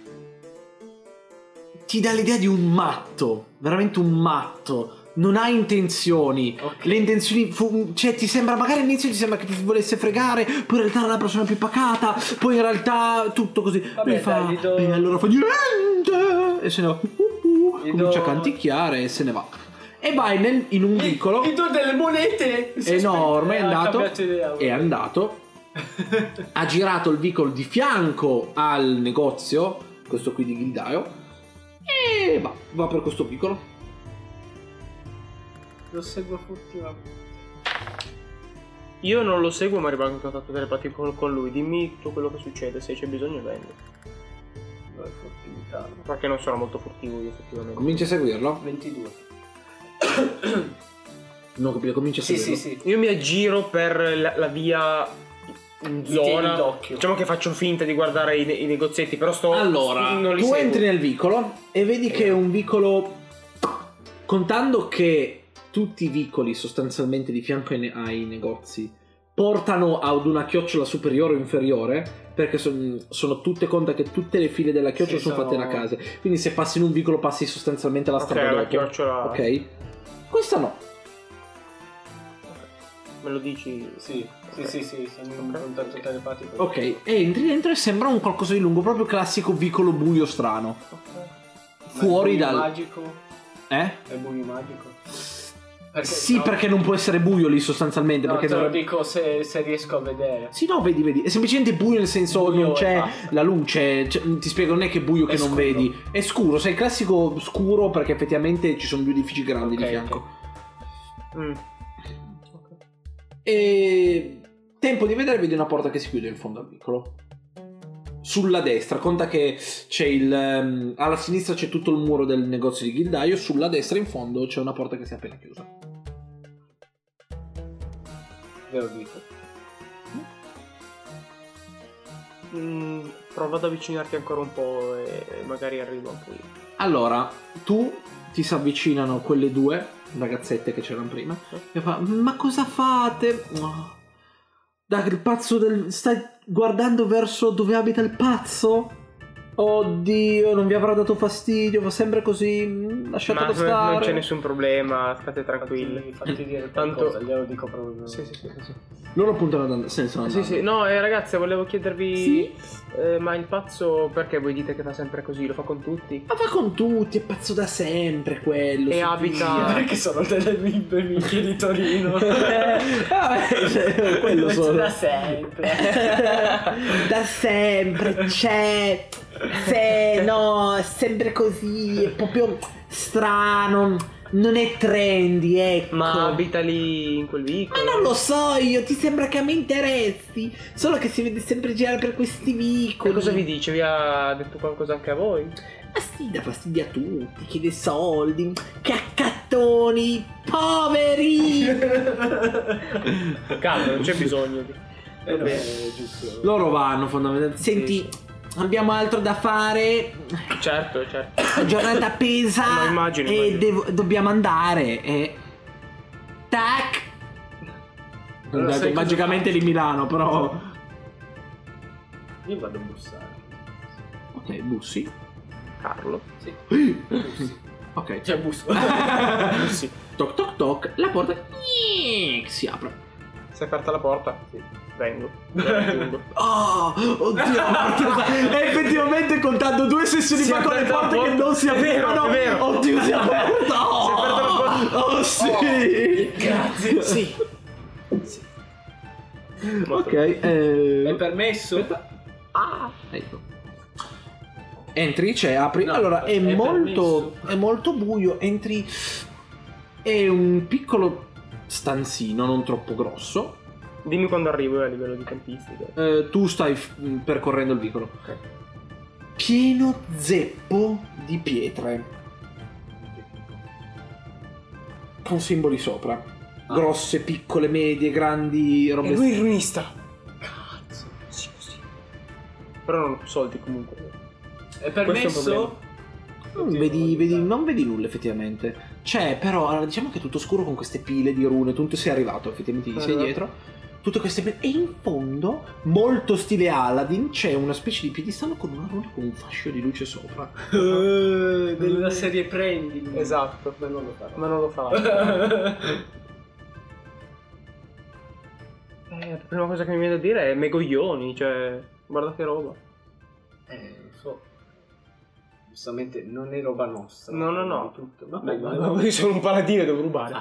ti dà l'idea di un matto, veramente un matto. Non ha intenzioni. Ok. Le intenzioni cioè ti sembra, magari all'inizio ti sembra che ti volesse fregare, poi in realtà è una persona più pacata, poi in realtà tutto così. Vabbè, Lui fa dai, gli do- e allora fa niente e se ne va. Gli Comincia do- a canticchiare e se ne va. E vai in un vicolo. Gli do delle monete. Enorme, è Ha andato. cambiato idea. È andato. Ha girato il vicolo di fianco al negozio, questo qui di Gildaio, e va per questo vicolo. Lo seguo furtivamente. Io non lo seguo ma rimango in contatto telepatico con lui. Dimmi tutto quello che succede, se c'è bisogno vengo. Dove è furtività? Perché non sono molto furtivo io effettivamente. Comincia a seguirlo? 22. Non capito, comincia a Sì, seguirlo. sì, sì. Io mi aggiro per la via in Mi tieni zona. d'occhio. Diciamo che faccio finta di guardare i negozietti, però Allora, non li tu seguo. entri nel vicolo e vedi che è un vicolo, contando che tutti i vicoli sostanzialmente di fianco ai negozi portano ad una chiocciola superiore o inferiore, perché sono tutte, conta che tutte le file della chiocciola Sì, sono fatte da sono- case, quindi se passi in un vicolo passi sostanzialmente la Ok, strada la dopo. chiocciola. Ok? Questa no. Me lo dici? Sì, sono in contatto telepatico. Ok, e entri dentro e sembra un qualcosa di lungo, proprio classico vicolo buio strano. Fuori dal dal... magico? Eh? È buio magico? Sì, no, perché non può essere buio lì sostanzialmente. no, perché te lo dovrebbe- dico se riesco a vedere. Sì, no, vedi. È semplicemente buio nel senso Buio non e c'è basta. la luce. Ti spiego, non è che è buio che È non scuro. vedi. È scuro, sei il classico scuro perché effettivamente ci sono due edifici grandi di Ok, fianco. Mm. E tempo di vedere, vedi una porta che si chiude in fondo al vicolo. Sulla destra, conta che c'è alla sinistra c'è tutto il muro del negozio di Gildaio, sulla destra in fondo c'è una porta che si è appena chiusa. Ve lo dico. Prova ad avvicinarti ancora un po' e magari arrivo anche io. Allora, ti si avvicinano quelle due ragazzette che c'erano prima e fa: ma cosa fate? Oh. Dai, il pazzo stai guardando verso dove abita il pazzo? Oddio, non vi avrà dato fastidio, fa sempre così, lasciatelo Ma stare. non c'è nessun problema, state tranquilli. Fatti dire Tanto- qualcosa, glielo dico proprio. Sì. Loro puntano ad andare, senso Sì, no, ragazze, volevo chiedervi. Sì? Ma il pazzo, perché voi dite che fa sempre così? Lo fa con tutti? Ma va con tutti, è pazzo da sempre quello. E su abita- via. Perché sono delle bimbe minchie di Torino. Vabbè, quello sono. Da sempre. Da sempre c'è. Se no, è sempre così, è proprio strano, non è trendy, ecco. Ma abita lì in quel vicolo? Ma non lo so io, ti sembra che a me interessi? Solo che si vede sempre girare per questi E vicoli. cosa vi dice? Vi ha detto qualcosa anche a voi? Ma sì, dà fastidio a tutti, chiede soldi, caccattoni, poveri. Calma, non c'è bisogno di... No, è giusto. Loro vanno fondamentalmente. Senti, abbiamo altro da fare. Certo. La giornata pesa. Ma immagino, e immagino. dobbiamo andare. E. Tac. Allora, Dato sai cosa magicamente faccio? di Milano, però. Io vado a bussare. Ok, bussi. Carlo? Sì. Bussi. Ok. Cioè busso. Sì. Toc toc toc. La porta si apre. Si è aperta la porta? Sì. Vengo. Oh, oddio, effettivamente contando 2 sessioni Si fa è con le aperta la porte che porta. non si È vero, aprono. è vero. Oddio, si è aperta. Si è aperta la porta. Oh sì. Grazie. Sì. Ok, È permesso? ecco. Entri, cioè apri. No, allora è molto permesso. è molto buio. Entri. È un piccolo stanzino, non troppo grosso. Dimmi quando arrivo a livello di tempistica. Tu stai percorrendo il vicolo. Ok. Pieno zeppo di pietre con simboli sopra. Grosse, piccole, medie, grandi, robe. E lui è il runista. Cazzo. Sì, così. Però non ho soldi comunque. È Questo è un permesso? Non vedi nulla effettivamente. C'è però, allora, diciamo che è tutto scuro con queste pile di rune. Tu sei arrivato, effettivamente gli sei Allora. dietro. Tutte queste pile. E in fondo, molto stile Aladdin, c'è una specie di piedistallo con una runa con un fascio di luce sopra. Della serie prendi. Esatto. Ma non lo farò. Ma non lo fa. La prima cosa che mi viene da dire è megoglioni, cioè, guarda che roba. Lo so. Giustamente non è roba nostra. No. Di tutto. Vabbè, Vabbè, ma io sono un paladino e devo rubare.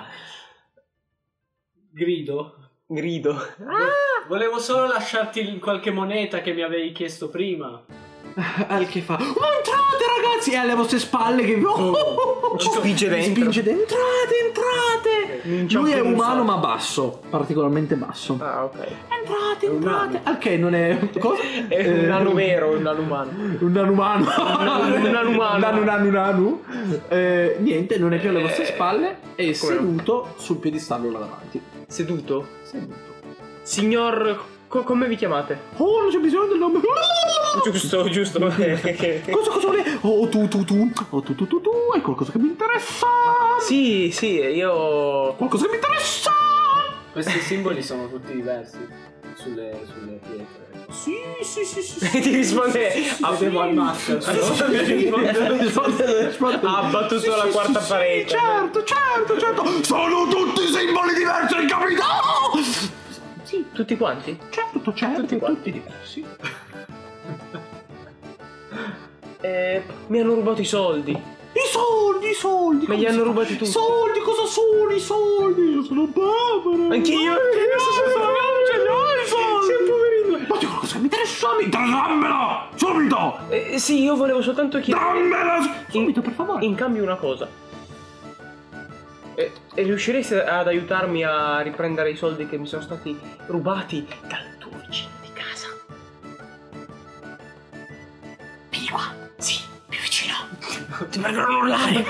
Grido. Grido. Volevo solo lasciarti qualche moneta che mi avevi chiesto prima. Al che fa. Entrate ragazzi! E alle vostre spalle che. Ci spinge Vi dentro. spinge dentro. Entrate! Mi Lui è inciampo in un umano sacco. ma basso. Particolarmente basso. Ah, ok. Entrate, È un entrate. nano. Al che non è. Cosa? È un nano vero, un nano umano. Un nano umano. Un nano umano. Nanu. Niente, non è più alle vostre spalle. È come seduto sul piedistallo là davanti. Seduto? Seduto. Signor, come vi chiamate? Oh, non c'è bisogno del nome. Giusto. Cosa vuole? Oh, tu. Oh, tu. Hai qualcosa che mi interessa? Sì, io... Qualcosa che mi interessa? Questi simboli sono tutti diversi sulle pietre. Sì. Ti risponde... Vedevo al master. Ha abbattuto la quarta parete. Certo. Sono tutti simboli diversi, hai capito? Sì, Tutti quanti? certo, Tutti quanti. tutti diversi. Mi hanno rubato i soldi. I soldi. Ma li hanno rubati tutti. Soldi, cosa sono i soldi? Io sono povero. Anch'io. Ce li ho i soldi. Sei un poverino. Ma dico cosa mi interessa? Dammela! Subito! Sì, io volevo soltanto chiedere... Dammela! Subito, per favore. In cambio una cosa. E riuscireste ad aiutarmi a riprendere i soldi che mi sono stati rubati dal tuo vicino di casa? Vieni qua. Sì, più vicino. Ti prego non urlare.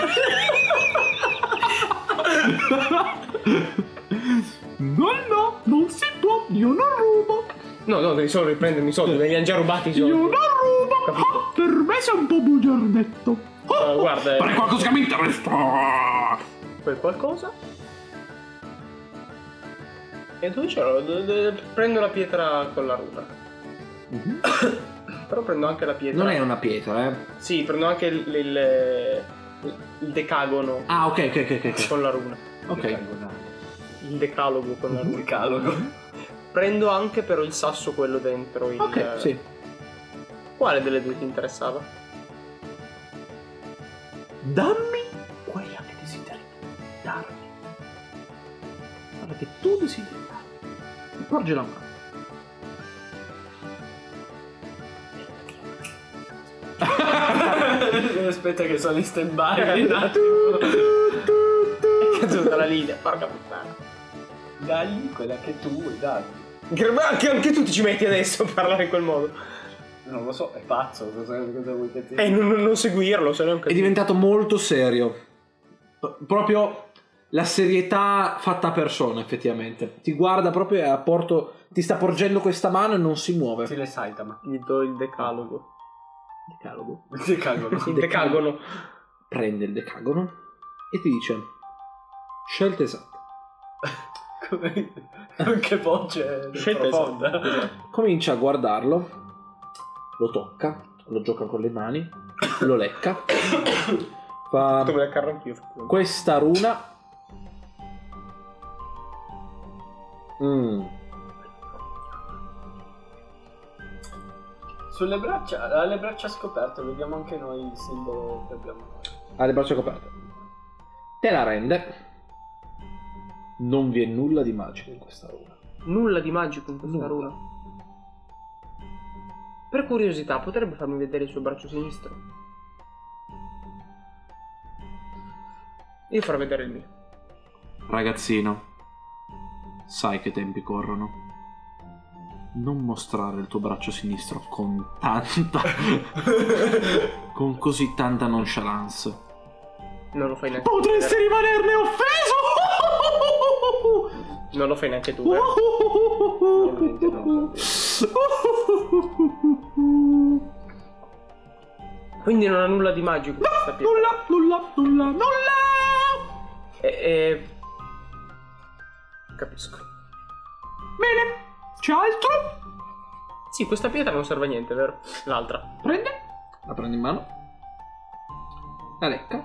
No, non si può. Io non rubo. No, devi solo riprendermi i soldi, me li hanno già rubati i soldi. Io non rubo. Capito. Per me sei un po' bugiardetto. Guarda, Fare qualcosa che mi interessa. quel qualcosa. E dove c'ero? Prendo la pietra con la runa. Però prendo anche la pietra. Non è una pietra, eh. Sì, prendo anche il decagono Ah, ok. con la runa. Ok. Il decalogo con la runa. Decalogo. Prendo anche però il sasso quello dentro il... Ok, sì. Quale delle due ti interessava? Dammi quella che desideri darmi. Guarda che tu desideri darmi. Mi porge la mano. Aspetta che sono in stand by. Cazzo dalla linea, porca puttana. Dagli quella che tu vuoi dargli. Anche tu ti ci metti adesso a parlare in quel modo. Non lo so, è pazzo, cosa vuoi che ti... Non seguirlo, se no è un È casino. diventato molto serio. Proprio la serietà fatta a persona, effettivamente. Ti guarda proprio e ti sta porgendo questa mano e non si muove. Stile Saitama. Gli do il decalogo. Decalogo. Decalogo. Il decagono. Prende il decagono e ti dice: scelta esatta. Come... Che voce Scelta profonda. Comincia a guardarlo, lo tocca, lo gioca con le mani, lo lecca. Fa Dove la carro anch'io. questa runa. sulle braccia, ha le braccia scoperte, vediamo anche noi il simbolo che abbiamo. Ha le braccia coperte. Te la rende. Non vi è nulla di magico in questa runa. Nulla di magico in questa runa. Per curiosità, potrebbe farmi vedere il suo braccio sinistro? Io farò vedere il mio. Ragazzino, sai che tempi corrono. Non mostrare il tuo braccio sinistro con tanta con così tanta nonchalance. Non lo fai neanche Potresti tu. rimanerne offeso. Non lo fai neanche tu, vero? Quindi non ha nulla di magico questa pietra. Nulla. Capisco. Bene, c'è altro? Sì, questa pietra non serve a niente, vero? L'altra. Prende. La prende in mano. La lecca.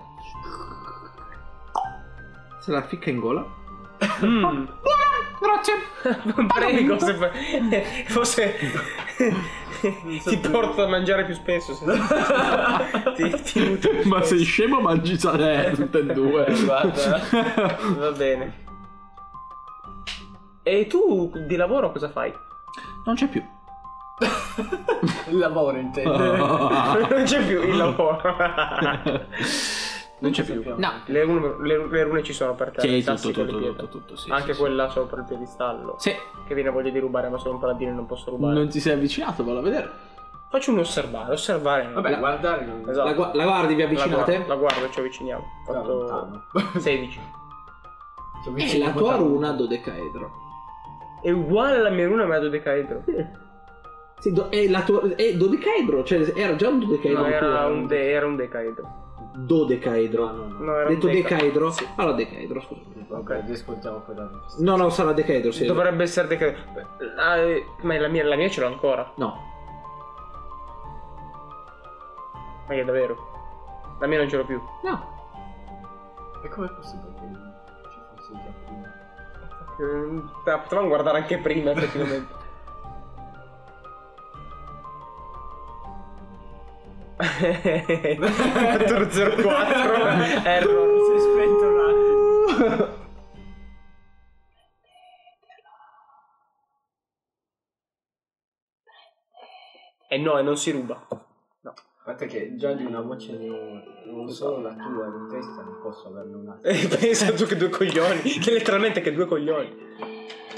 Se la ficca in gola. Grazie. Prego, se fosse ti porto a mangiare più spesso. Ti nutro più Ma spesso. sei scemo, mangi tutte e due. Guarda. Va bene. E tu di lavoro cosa fai? Non c'è più. Il lavoro intendo. Non c'è più il lavoro. Non c'è più. No. Le rune ci sono per te. Sì, i sassi con le pietre. tutto, sì. Anche sì, quella sopra il piedistallo. Sì. Che viene voglia di rubare, ma sono un paladino e non posso rubare. Non ti sei avvicinato, vado a vedere. Faccio un osservare. Vabbè, guardare non... Esatto. La guardi, vi avvicinate? La guardo, ci avviciniamo. Ho Da fatto lontano. 16. È la tua runa dodecaedro. È uguale alla mia runa, ma è dodecaedro. Sì, è dodecaedro, cioè era già un dodecaedro. No, era un decaedro. Dodecaedro. No, era Detto un decaedro? Sì. Allora decaedro, scusa. Ok, discontiamo quella. No, sarà decaedro, sì. Dovrebbe essere decaedro. Ma la mia ce l'ho ancora. No. Ma che davvero? La mia non ce l'ho più. No. E com'è possibile che ci fosse già prima? Potevamo guardare anche prima, effettivamente. 404 error. Si è spento un attimo. E no, e non si ruba. No. Guarda che già di una voce non solo la tua in testa, non posso averne un'altra. Pensa tu che due coglioni. Che letteralmente che due coglioni.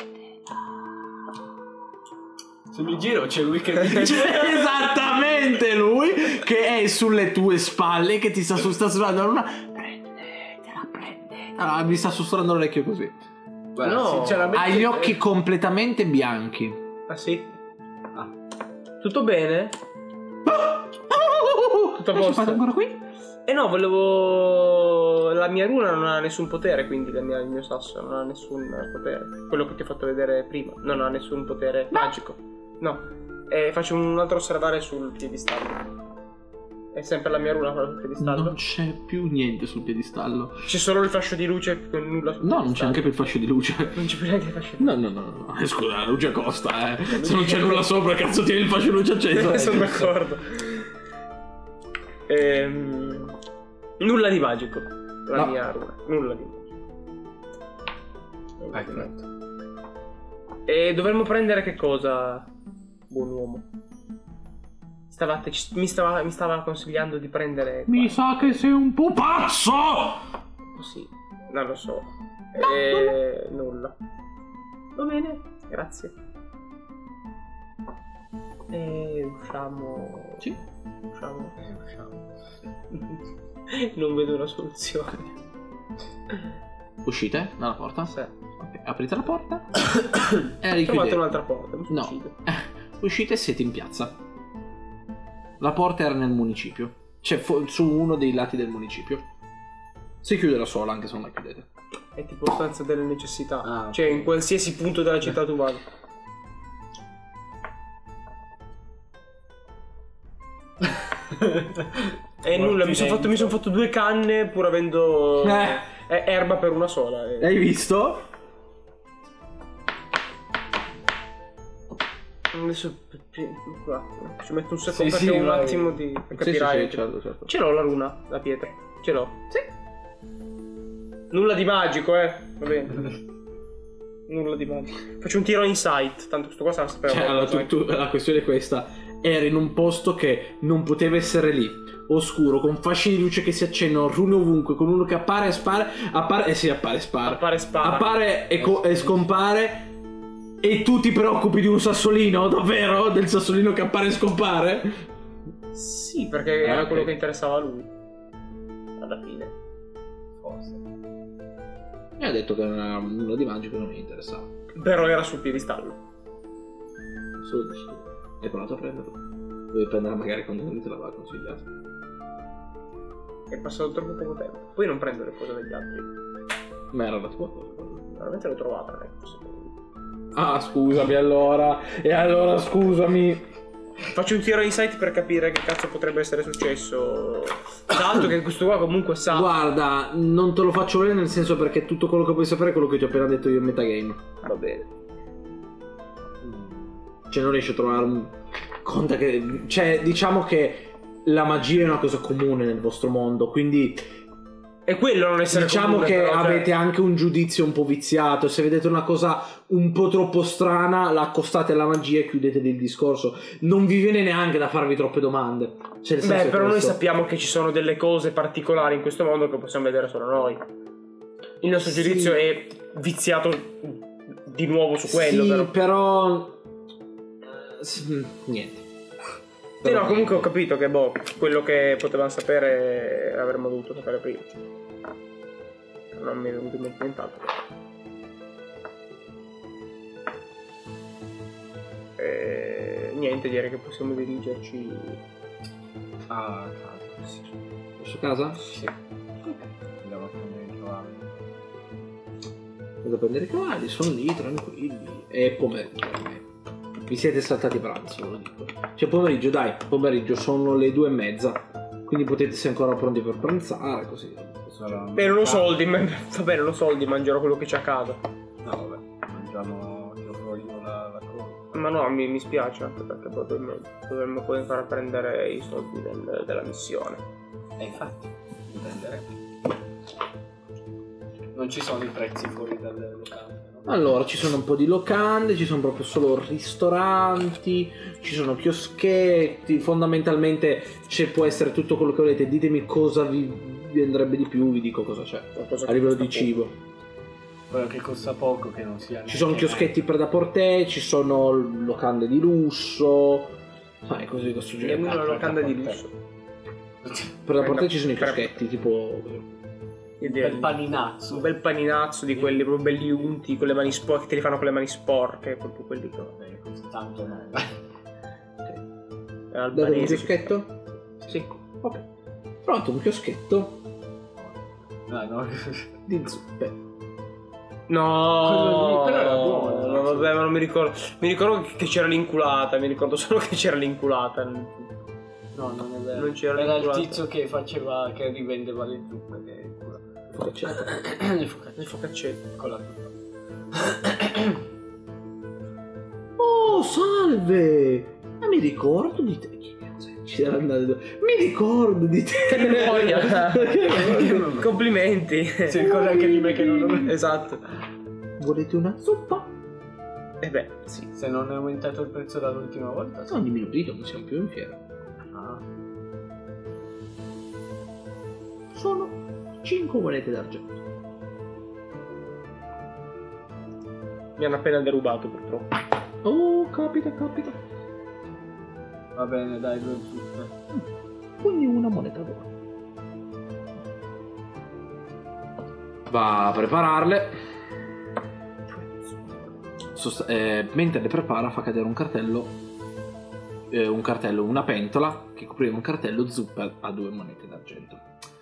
Se mi giro c'è lui che mi dice Esattamente lui che è sulle tue spalle, che ti sta sussurrando una. Prendetela. Allora, mi sta sussurrando l'orecchio così. Guarda, No. sinceramente Ha gli occhi completamente bianchi. Ah sì? Tutto bene? Tutto a Ci posto? fate ancora qui? Eh no, volevo... La mia runa non ha nessun potere, quindi il mio sasso non ha nessun potere. Quello che ti ho fatto vedere prima non ha nessun potere magico. No. E faccio un altro osservare sul piedistallo. È sempre la mia runa quella sul piedistallo? Non c'è più niente sul piedistallo. C'è solo il fascio di luce con nulla sul No, non c'è anche più il fascio di luce. Non c'è più neanche il fascio di No. Scusa, la luce costa, Se non c'è nulla sopra, cazzo tieni il fascio di luce acceso. Sono d'accordo. Nulla di magico. La No. mia runa. Nulla di magico. Perfetto. E dovremmo prendere che cosa, buon uomo? Mi stava consigliando di prendere... Mi sa che sei un pupazzo! Sì, non lo so. Nulla. Va bene, grazie. E usciamo... Sì. Usciamo. Usciamo. Non vedo una soluzione. Uscite dalla porta? Sì. Ok, aprite la porta e la Trovate richiudete. un'altra porta, mi No. succede. Uscite e siete in piazza. La porta era nel municipio. Cioè su uno dei lati del municipio. Si chiude da sola, anche se non la chiudete. È tipo stanza delle necessità. Ah, Cioè ok. in qualsiasi punto della città tu vada. E nulla, mi sono fatto due canne pur avendo erba per una sola. Hai visto? Adesso ci metto un secondo Sì, perché sì, un vai. attimo di capirai. Sì, certo, certo. Ce l'ho la luna, la pietra. Ce l'ho. Sì. Nulla di magico, va bene. Nulla di magico. Faccio un tiro insight, tanto questo qua sa sapere. Cioè, allora, la questione è questa: era in un posto che non poteva essere lì, oscuro, con fasci di luce che si accendono, rune ovunque, con uno che appare e spara, appare e scompare. E tu ti preoccupi di un sassolino? Davvero? Del sassolino che appare e scompare? Sì, perché era quello che interessava a lui. Alla fine. Forse. Mi ha detto che non era nulla di magico, non mi interessava. Però era sul piedistallo. Solo dici tu. Hai provato a prenderlo? Dovevi prenderla magari quando lui te l'aveva consigliato. È passato troppo poco tempo. Poi non prendo le cose degli altri. Ma era la tua cosa. Veramente l'ho trovata, non è possibile. Ah, scusami allora. E allora scusami. Faccio un tiro insight per capire che cazzo potrebbe essere successo. Tanto che questo qua comunque sa. Guarda, non te lo faccio vedere nel senso perché tutto quello che puoi sapere è quello che ti ho appena detto io in metagame. Va bene. Cioè non riesci a trovare un... Conta che... Cioè diciamo che la magia è una cosa comune nel vostro mondo, quindi... E quello non essere Diciamo comune, che però, cioè... avete anche un giudizio un po' viziato. Se vedete una cosa un po' troppo strana, la accostate alla magia e chiudete il discorso. Non vi viene neanche da farvi troppe domande. Cioè, nel senso Beh, però noi questo. sappiamo che ci sono delle cose particolari in questo mondo che possiamo vedere solo noi. Il nostro Sì. giudizio è viziato di nuovo su quello, sì, però. Niente. Sì, no, comunque ho capito che quello che potevamo sapere avremmo dovuto sapere prima. Non mi è venuto in mente nient'altro. Niente, direi che possiamo dirigerci. Ah, cazzo, sì. Verso casa? Sì. Andiamo a prendere i cavalli. Vado a prendere i cavalli, sono lì tranquilli. È pomeriggio ormai. Vi siete saltati pranzo, ve lo dico. Cioè pomeriggio sono le 2:30. Quindi potete essere ancora pronti per pranzare, così. Non ho soldi, va bene, non ho soldi, mangerò quello che c'è a casa. No, vabbè, mangiamo io fuori la cosa. Ma no, mi spiace anche perché dovremmo poi far prendere i soldi della missione. E infatti, li prenderemo. Non ci sono i prezzi fuori dalle locande, no? Allora, ci sono un po' di locande, ci sono proprio solo ristoranti, ci sono chioschetti, fondamentalmente può essere tutto quello che volete. Ditemi cosa vi andrebbe di più, vi dico cosa c'è a livello di cibo. Quello che costa poco, che non sia. Ci sono chioschetti per da portè, ci sono locande di lusso, sai, così di questo genere. Andiamo in una locanda di lusso. Per da portè ci sono i chioschetti, tipo... Io direi Un paninazzo. un bel paninazzo di quelli proprio belli unti con le mani sporche, che te li fanno con le mani sporche, proprio quelli che Costa tanto no. Date un chioschetto? Sì. Ok. Pronto, un chioschetto No. di zuppe. No, Quello lì, però era buono, no, vabbè, ma non mi ricordo. Mi ricordo che c'era l'inculata. Mi ricordo solo che c'era l'inculata. No, non è vero. Non c'era Era il l'inculata. tizio che faceva, che rivendeva le zuppe, che è il culo. Le Il focaccetto. con la zuppa. Oh, salve! Ma mi ricordo di te. Chi cazzo è? Ci era andato. Mi ricordo di te. Che memoria. Complimenti. Si ricorda anche di me che non lo. Esatto. Volete una zuppa? E beh, sì. Se non è aumentato il prezzo dall'ultima volta. Sono diminuito, non siamo più in fiera. Ah. Sono 5 monete d'argento. Mi hanno appena derubato purtroppo. Oh, capita. Va bene, dai, 2 zuppe. Quindi una moneta d'oro. Va a prepararle. Mentre le prepara fa cadere un cartello, una pentola che copriva un cartello zuppe a 2 monete d'argento.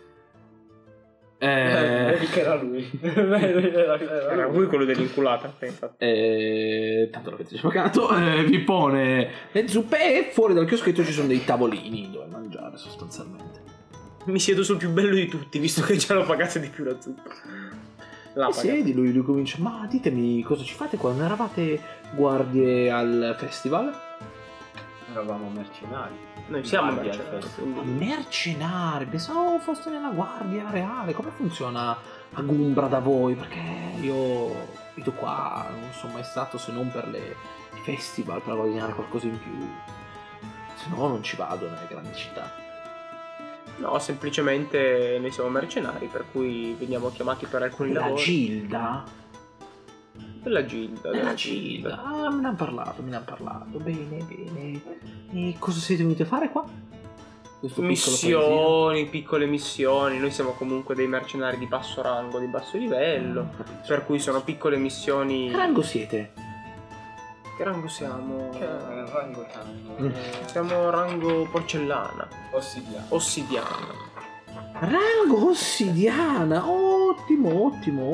Vedi che era lui. Era lui quello dell'inculata. Tanto l'avete già pagato. Vi pone le zuppe e fuori dal chioschetto ci sono dei tavolini dove mangiare sostanzialmente. Mi siedo sul più bello di tutti, visto che già l'ho pagata di più la zuppa. La E siedi, lui comincia, ma ditemi cosa ci fate quando eravate guardie al festival? Eravamo mercenari. Noi siamo Guardie al mercenari, festival. quindi- Mercenari, pensavo foste nella guardia reale, come funziona Agumbra da voi? Perché io abito qua, non sono mai stato se non per i festival, per guadagnare qualcosa in più, se no non ci vado nelle grandi città. No, semplicemente noi siamo mercenari, per cui veniamo chiamati per alcuni La lavori. Gilda? Della Gilda. La Gilda, ah, me ne hanno parlato, bene, bene. E cosa siete venuti a fare qua? Questo piccolo paesino? Missioni, piccole missioni. Noi siamo comunque dei mercenari di basso rango, di basso livello. Capisco. Per cui sono piccole missioni. Che rango siete? Che rango siamo? Che rango tanto. Siamo rango porcellana. Ossidiano. Ossidiana. Rango ossidiana, ottimo.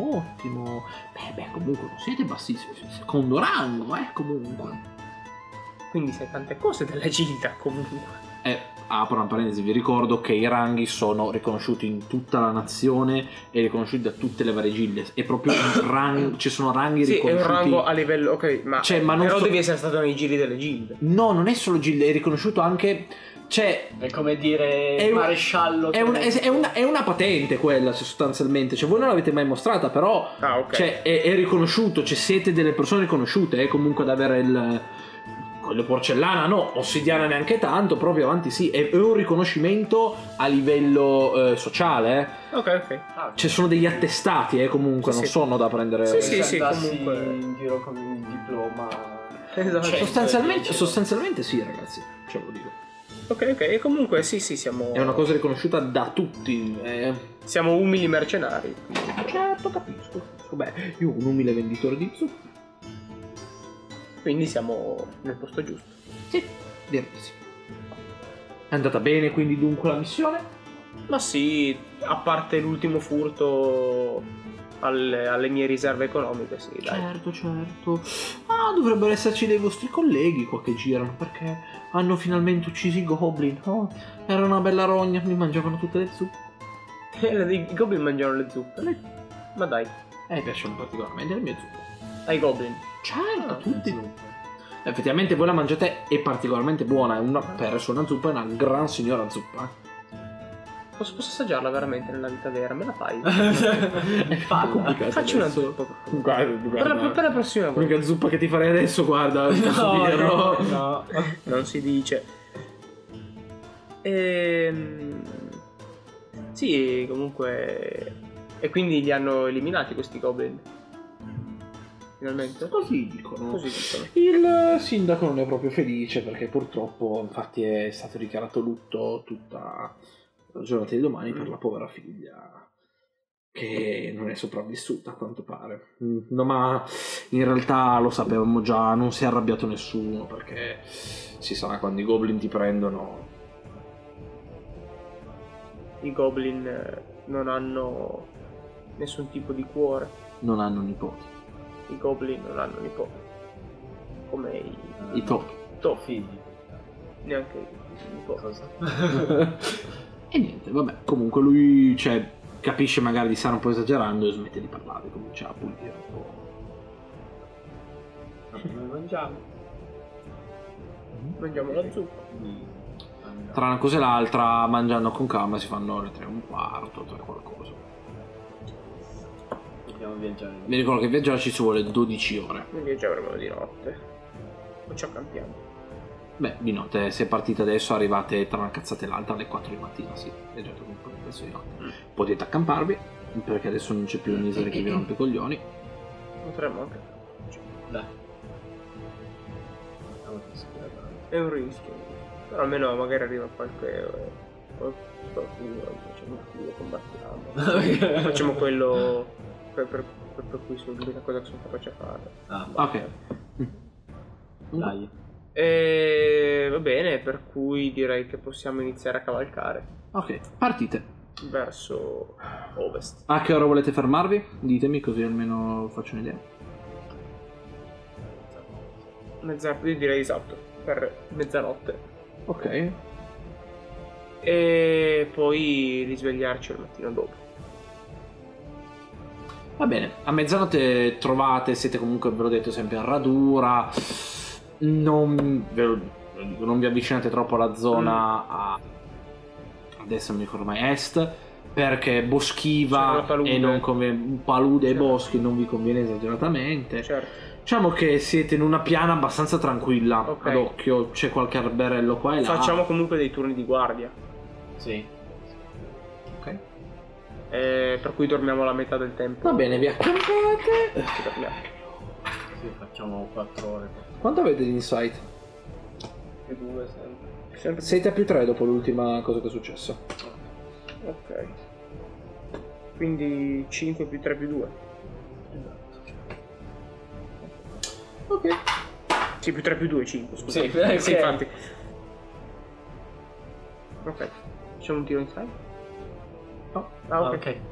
Beh, comunque non siete bassissimi, siete secondo rango, comunque. Quindi sai tante cose della Gilda comunque. Apro una parentesi, vi ricordo che i ranghi sono riconosciuti in tutta la nazione e riconosciuti da tutte le varie gilde. È proprio un rango, ci sono ranghi Sì, è riconosciuti. un rango a livello. Ok, ma, Cioè, ma non però so- devi essere stato nei giri delle Gilde. No, non è solo gilde, è riconosciuto anche. Cioè, È come dire È un- maresciallo. è una patente quella sostanzialmente. Cioè, voi non l'avete mai mostrata, però. Ah, ok. Cioè, è riconosciuto. Cioè, siete delle persone riconosciute. Comunque ad avere il. Quello porcellana, no, ossidiana neanche tanto. Proprio avanti, sì. È un riconoscimento a livello sociale. Ok. Ci sono degli attestati, comunque, Sì, non sì. sono da prendere. Sì, comunque. in giro con il diploma. Esatto. Cioè, Sostanzialmente, sì, ragazzi. Ce lo dico. Ok. E comunque sì, siamo. È una cosa riconosciuta da tutti. Siamo umili mercenari. Certo, capisco. Beh, io un umile venditore di zuccheri. Quindi siamo nel posto giusto. Sì, direi di sì. È andata bene quindi dunque la missione? Ma sì, a parte l'ultimo furto alle mie riserve economiche, sì, dai. Certo. Ah, dovrebbero esserci dei vostri colleghi qua che girano perché hanno finalmente ucciso i goblin. Oh, era una bella rogna, mi mangiavano tutte le zuppe. I goblin mangiano le zuppe. Ma dai, Piacciono particolarmente le mie zuppe. ai goblin. Certo, tutti. Effettivamente voi la mangiate, è particolarmente buona, per essere una zuppa è una gran signora zuppa. Posso assaggiarla veramente nella vita vera? Me la fai? Falla. Facci una zuppa. Guarda. Per la prossima volta. L'unica zuppa che ti farei adesso, guarda, posso dirlo. no. Non si dice. Sì, comunque. E quindi li hanno eliminati questi goblin? Finalmente? Così dicono. Così dicono. Il sindaco non è proprio felice perché purtroppo infatti è stato dichiarato lutto tutta la giornata di domani per la povera figlia che non è sopravvissuta a quanto pare. No, ma in realtà lo sapevamo già, non si è arrabbiato nessuno perché si sa quando i goblin ti prendono. I goblin non hanno nessun tipo di cuore. Non hanno nipoti. I goblin non hanno nipoti. Come I topi. topi. Neanche i nipoti. Cosa? E niente, vabbè, comunque lui capisce magari di stare un po' esagerando e smette di parlare, comincia a pulire un po'. Noi mangiamo. Mangiamo la zuppa. Quindi andiamo. Tra una cosa e l'altra, mangiando con calma, si fanno le 3:15, 3 qualcosa. Dobbiamo viaggiare. Mi ricordo che viaggiare ci vuole 12 ore. Quindi già avremo di notte. Poi ci accampiamo. Beh, di notte, se partite adesso, arrivate tra una cazzata e l'altra alle 4 di mattina, sì. Viaggiate comunque adesso di notte. Potete accamparvi, perché adesso non c'è più un'isola che vi rompe i coglioni. Potremmo anche. Dai. Andiamo a schierare. È un rischio. Però almeno magari arriva qualcuno. Facciamo quello, combattiamo. Facciamo quello per cui sono l'unica cosa che sono capace a fare. Ah, Ok. dai. E va bene, per cui direi che possiamo iniziare a cavalcare Ok, partite. verso ovest. A che ora volete fermarvi? Ditemi, così almeno faccio un'idea. Io direi esatto, per mezzanotte. Ok. E poi risvegliarci il mattino dopo. Va bene, a mezzanotte trovate, siete comunque, ve l'ho detto, sempre a radura. Non vi avvicinate troppo alla zona adesso non mi ricordo mai est, perché boschiva e non conviene, palude e boschi non vi conviene esageratamente. Certo. Diciamo che siete in una piana abbastanza tranquilla, ad occhio, c'è qualche alberello qua e là. Facciamo comunque dei turni di guardia. Sì. Ok. Per cui dormiamo la metà del tempo. Va bene, vi accampate. Sì, facciamo 4 ore. Quanto avete di insight? Più 2 sempre. Siete a più 3 dopo l'ultima cosa che è successa. Ok. Quindi 5 più 3 più 2. Ok. Sì, più 3 più 2 5, scusa. Sì, ok. Sì, infatti. Ok. Facciamo un tiro in side? No. Ah, ok. Ok.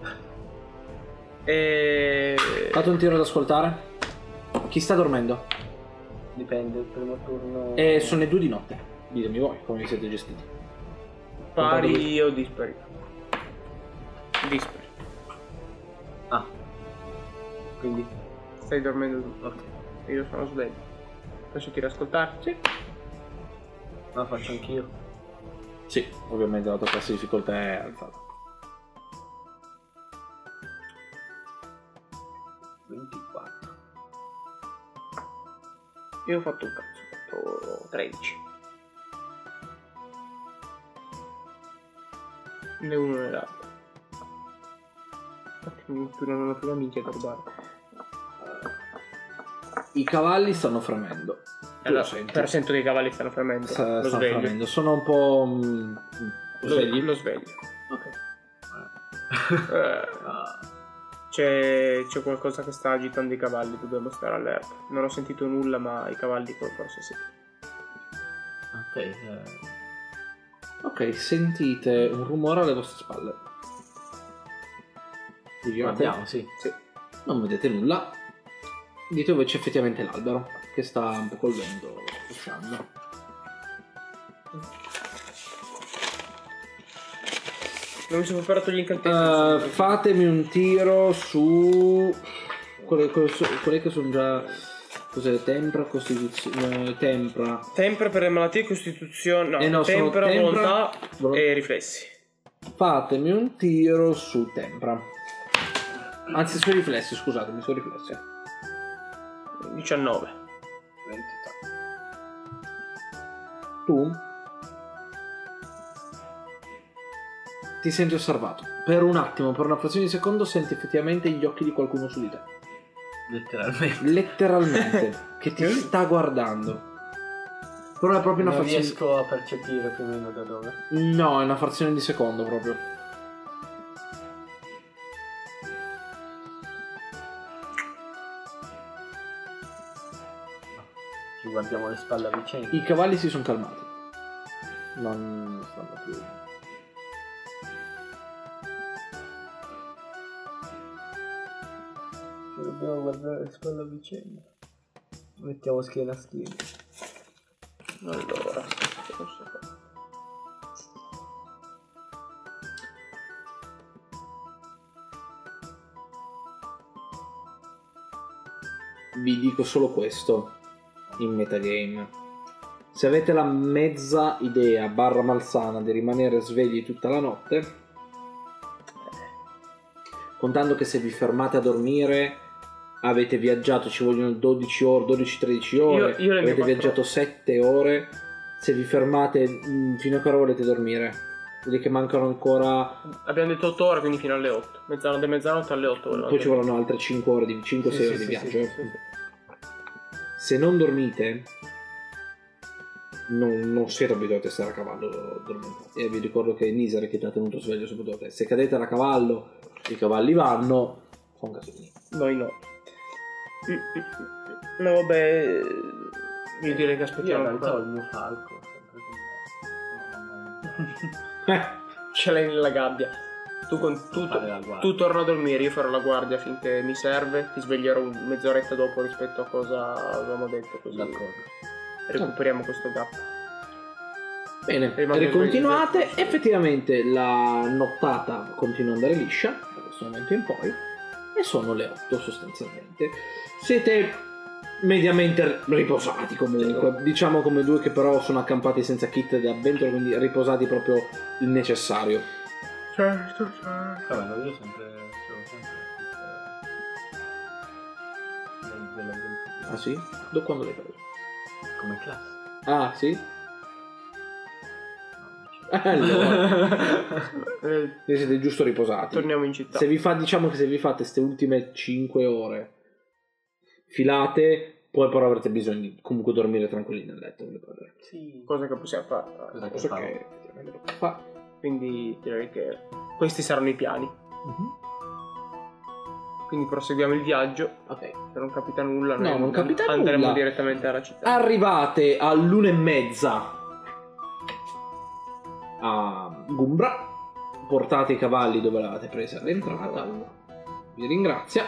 Fate un tiro ad ascoltare. Chi sta dormendo? Dipende, il primo turno... Sono le 2 di notte. Ditemi voi come vi siete gestiti. Pari o dispari? Dispari. Ah. Quindi... Stai dormendo tu. Ok. Io sono sveglio. Posso tiro ad ascoltare? Sì. Ma faccio anch'io. Sì, ovviamente la tua classe di difficoltà è alzata. 24. Io ho fatto un cazzo, ho fatto 13. Né uno né l'altro. Infatti mi turno più amici da rubare. I cavalli stanno fremendo. Tu lo senti. Però sento che i cavalli stanno fremendo. Lo Stanno sveglio. fremendo. Sono un po'... svegli? Lo sveglio. Ok. C'è qualcosa che sta agitando i cavalli, dobbiamo stare allerta. Non ho sentito nulla, ma i cavalli forse sì. Ok. Ok, sentite un rumore alle vostre spalle. Vi girate? Guardiamo, sì. Non vedete nulla. Dite dove c'è effettivamente l'albero, che sta un po' col vento soffiando. Non mi sono preparato gli incantesimi. Fatemi un tiro su quelle che sono già... Cos'è? Tempra, costituzione... Tempra. Tempra per le malattie, costituzione... No, tempra, tempra, volontà e riflessi. Fatemi un tiro su tempra. Anzi, sui riflessi, scusatemi, sui riflessi. 19. 23. Tu ti senti osservato. Per un attimo, per una frazione di secondo, senti effettivamente gli occhi di qualcuno su di te. Letteralmente. Che ti sta guardando. Però è proprio una Non frazione... riesco a percepire più o meno da dove. No, è una frazione di secondo proprio. Ci guardiamo le spalle a vicenda. I cavalli si sono calmati. Non stanno più... Ci dobbiamo guardare le spalle a vicenda. Mettiamo schiena a schiena. Allora, che posso fare? Vi dico solo questo in metagame. Se avete la mezza idea barra malsana di rimanere svegli tutta la notte, contando che se vi fermate a dormire avete viaggiato, ci vogliono 12 ore, 12-13 ore, Io le mie avete 4 viaggiato 7 ore, se vi fermate fino a che ora volete dormire? Vuol dire che mancano ancora... Abbiamo detto 8 ore, quindi fino alle 8. Da mezzanotte alle 8 ore. Poi ci vorranno altre 5 ore, 5-6 ore di viaggio. Se non dormite, non siete abituati a stare a cavallo dormentati. E vi ricordo che è Nisare che ti ha tenuto sveglio soprattutto te. Se cadete da cavallo, i cavalli vanno, sono casini. Noi no. No, vabbè. Io direi che aspettiamo Io un ho po'. il mio falco sempre con me. Ce l'hai nella gabbia. Fare la guardia. Tu torna a dormire, io farò la guardia finché mi serve. Ti sveglierò mezz'oretta dopo rispetto a cosa avevamo detto. Così D'accordo. recuperiamo questo gap. Bene, Rimango ricontinuate. sveglio. Effettivamente la nottata continua ad andare liscia da questo momento in poi. e sono le 8 sostanzialmente. Siete mediamente riposati comunque, diciamo come due che però sono accampati senza kit di avventura, quindi riposati proprio il necessario. Certo. Vabbè, io sempre Ah sì? Da quando l'hai preso? come classe. Ah sì? Allora, siete giusto riposati. Torniamo in città. Se vi fa, diciamo che se vi fate queste ultime 5 ore filate, poi però avrete bisogno di comunque dormire tranquilli nel letto. Sì. Cosa che possiamo fare. Cosa che Cosa fa? che effettivamente potete fare. Quindi direi che questi saranno i piani. Quindi proseguiamo il viaggio. Ok. Se non capita nulla, No, non capita andremo nulla. direttamente alla città. Arrivate all'1:30 a Gumbra, portate i cavalli dove l'avete presa all'entrata, vi ringrazia,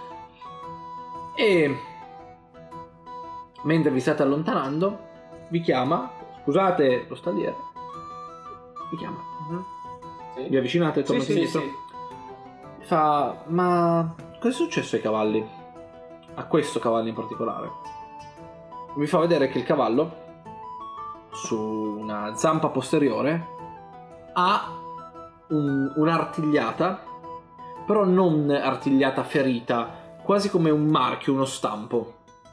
e mentre vi state allontanando vi chiama, scusate lo stalliere, vi chiama, vi avvicinate e tornate Sì, indietro. Fa, ma cosa è successo ai cavalli? A questo cavallo in particolare. Vi fa vedere che il cavallo su una zampa posteriore ha un'artigliata, però non artigliata ferita, quasi come un marchio, uno stampo.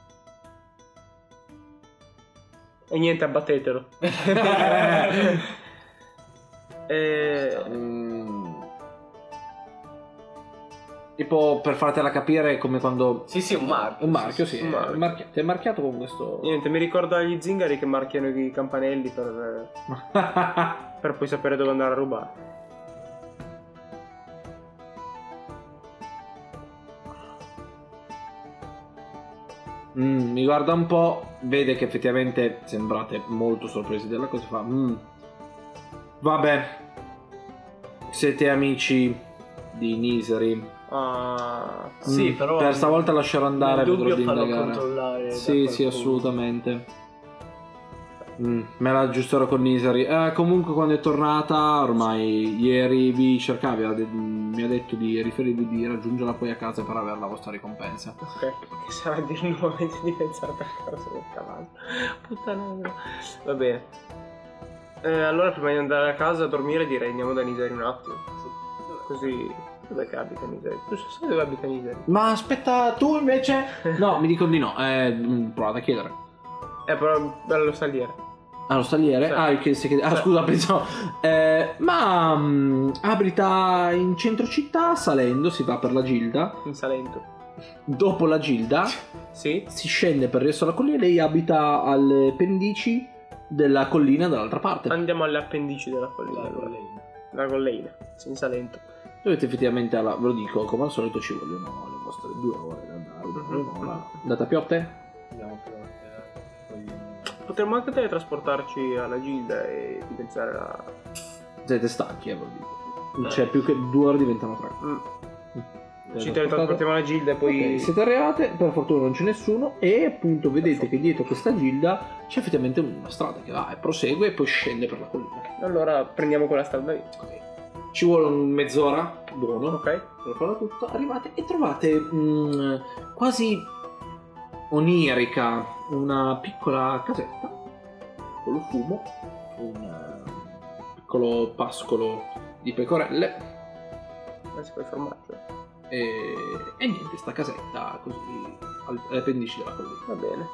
E niente, abbattetelo. Tipo, per fartela capire, è come quando... Sì, un marchio. Un marchio, sì. Un marchio. È marchiato con questo... Niente, mi ricorda gli zingari che marchiano i campanelli per poi sapere dove andare a rubare. Mi guarda un po', vede che effettivamente sembrate molto sorpresi della cosa, fa vabbè, siete amici di Niseri. Ah, Sì, però per stavolta lascerò andare, nel vedrò dubbio di farlo indagare. controllare da Sì, qualcuno. assolutamente. Me la aggiusterò con Niseri. Comunque quando è tornata, ormai ieri vi cercavi, mi ha detto di riferirvi di raggiungerla poi a casa per avere la vostra ricompensa. ok. Che sarà dire nuovamente di pensare per causa del cavallo. Puttana. Va bene. Allora prima di andare a casa a dormire direi andiamo da Niseri un attimo. Così. Dov'è che abita Niseri? Tu sai dove abita Niseri? Ma aspetta, tu invece? No, mi dicono di no. Provate a chiedere. Però bello saliere. Ah, lo stalliere? Sì. Ah, scusa, pensavo. Abita in centro città, salendo, si va per la Gilda. In Salento. Dopo la Gilda Sì? si scende per il resto della collina e lei abita alle pendici della collina dall'altra parte. Andiamo alle appendici della collina. allora. La collina. Sì, in Salento. Dovete effettivamente, ve lo dico, come al solito ci vogliono le vostre 2 ore da andare, un'ora. Andate a Piotte? Andiamo per poi... Potremmo anche teletrasportarci alla Gilda e evidenziare la... Siete stanchi, ve lo dico. Cioè, più che 2 ore diventano 3. Ci teletrasportiamo alla Gilda e poi... Ok, siete arrivate, per fortuna non c'è nessuno, e appunto vedete che dietro questa Gilda c'è effettivamente una strada che va e prosegue e poi scende per la collina. Allora prendiamo quella strada lì. Ok. Ci vuole mezz'ora, buono, Ok. per farlo tutto. Arrivate e trovate quasi onirica una piccola casetta con lo fumo, un piccolo pascolo di pecorelle Adesso poi formaggio. e niente, sta casetta così alle pendici della collina. Va bene.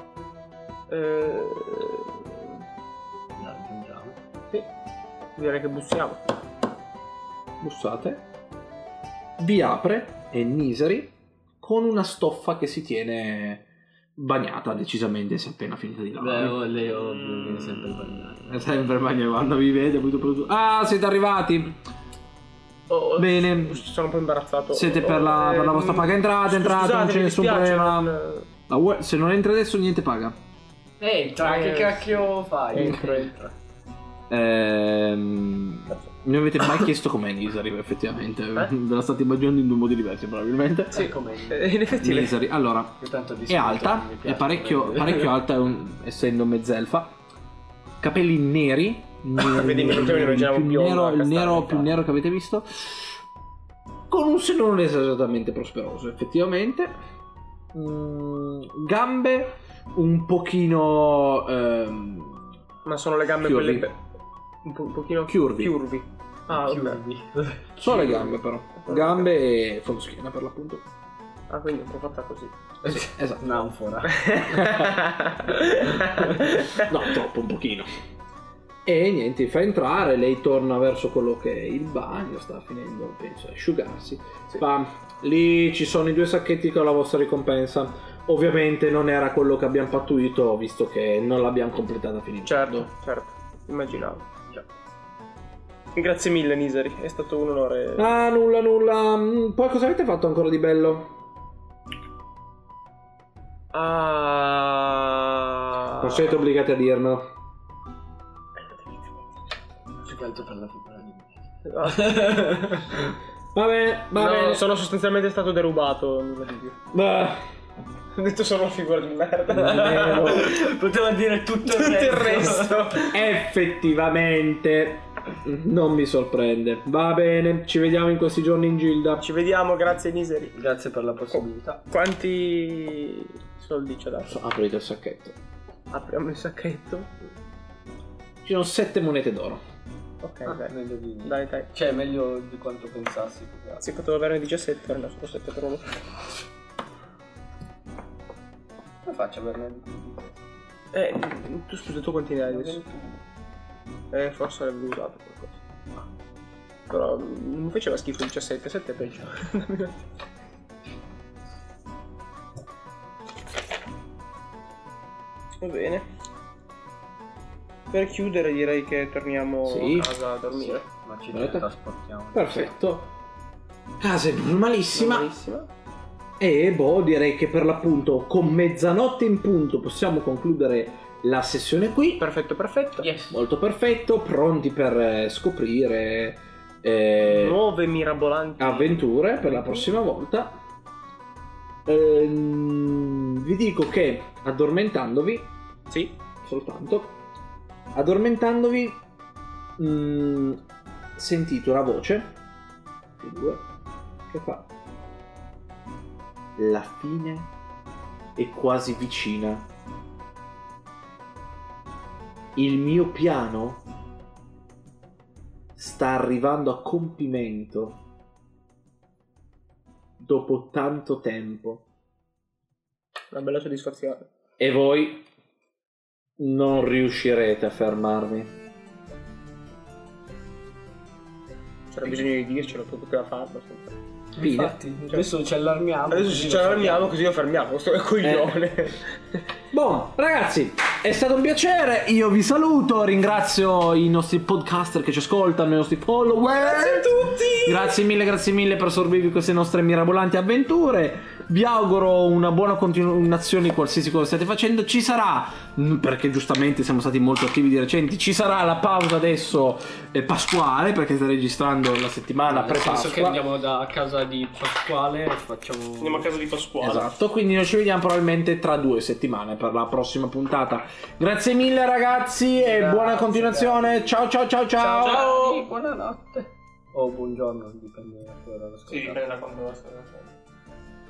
La raggiungiamo. Sì. Direi che bussiamo. Bussate, vi apre e Niseri con una stoffa che si tiene bagnata decisamente, si è appena finita di lavare. Lei ovvio viene sempre bagnato. È sempre bagnata quando vi vede, poi dopo... Ah, siete arrivati! Oh, Bene. Sono un po' imbarazzato. Siete per la vostra paga, entrate, Scusate, non c'è mi nessun dispiace, problema. Se non entra adesso niente paga. Entra, che cacchio fai? Entra. Non avete mai chiesto com'è Nisari, effettivamente. Ve la state immaginando in 2 modi diversi, probabilmente. Sì, come In effetti Nisari, allora, è alta, è parecchio alta, essendo mezzelfa. Capelli neri. Vedi, mi immaginavo più bionda, nero, il castana, nero più infatti. nero che avete visto. con un seno non esageratamente prosperoso, effettivamente. Gambe un pochino Ma sono le gambe curvy. quelle un pochino Curvy. Ah, ok. Solo le gambe però. Gambe e fondoschiena per l'appunto. Ah, quindi è un po' fatta così. Sì, esatto. Un'anfora. No, troppo, un pochino. E niente, fa entrare, lei torna verso quello che è il bagno, sta finendo, penso, a asciugarsi. Fa, lì ci sono i 2 sacchetti con la vostra ricompensa. Ovviamente non era quello che abbiamo pattuito, visto che non l'abbiamo completata fino in fondo. Certo, immaginavo. Grazie mille, Niseri, è stato un onore. Ah, nulla. Poi cosa avete fatto ancora di bello? Non siete obbligati a dirmelo. Soltanto per la figura di Va bene, va bene. Sono sostanzialmente stato derubato. Nulla di più. Ho detto solo una figura di merda. Poteva dire tutto il resto. Effettivamente non mi sorprende. Va bene, ci vediamo in questi giorni in Gilda. Ci vediamo, grazie Niseri. Grazie per la possibilità. Quanti soldi ci ha dato? Aprite il sacchetto. Apriamo il sacchetto. Ci sono 7 monete d'oro. Ok, Ah, dai. meglio di... Dai. Cioè, meglio di quanto pensassi. Si poteva averne 17, era solo 7 per uno. Come faccio a averne di Tu scusa, tu quanti ne hai adesso? Forse l'avevo usato qualcosa. Però non mi faceva schifo 17, 7 è peggio. Va bene. Per chiudere direi che torniamo Sì. a casa a dormire. Ma ci Guardate. trasportiamo. Perfetto. Casa è normalissima. Normalissima. E direi che per l'appunto con mezzanotte in punto possiamo concludere la sessione qui. Perfetto. Yes. Molto perfetto, pronti per scoprire Nuove mirabolanti avventure per la prossima volta. Vi dico che addormentandovi, Sì. soltanto addormentandovi, sentite una voce di 2 che fa: la fine è quasi vicina. Il mio piano sta arrivando a compimento dopo tanto tempo Una bella soddisfazione. e voi non riuscirete a fermarmi. C'era bisogno di dircelo, poi poteva farlo. Fine. Infatti, adesso ci allarmiamo. Adesso ci allarmiamo così lo fermiamo, sto coglione. Boh, ragazzi, è stato un piacere. Io vi saluto, ringrazio i nostri podcaster che ci ascoltano, i nostri follower. Grazie a tutti. Grazie mille per sorbirvi queste nostre mirabolanti avventure. Vi auguro una buona continuazione di qualsiasi cosa stiate facendo. Ci sarà, perché giustamente siamo stati molto attivi di recente, ci sarà la pausa adesso pasquale, perché sta registrando la settimana Nel senso che pre-Pasqua. andiamo da casa di Pasquale e facciamo... Andiamo a casa di Pasquale. Esatto, quindi noi ci vediamo probabilmente tra 2 settimane per la prossima puntata. Grazie mille ragazzi e Grazie, buona continuazione. Ciao. Ciao. Buonanotte. O buongiorno, dipende da che ora lo Sì, dipende da quando la storia.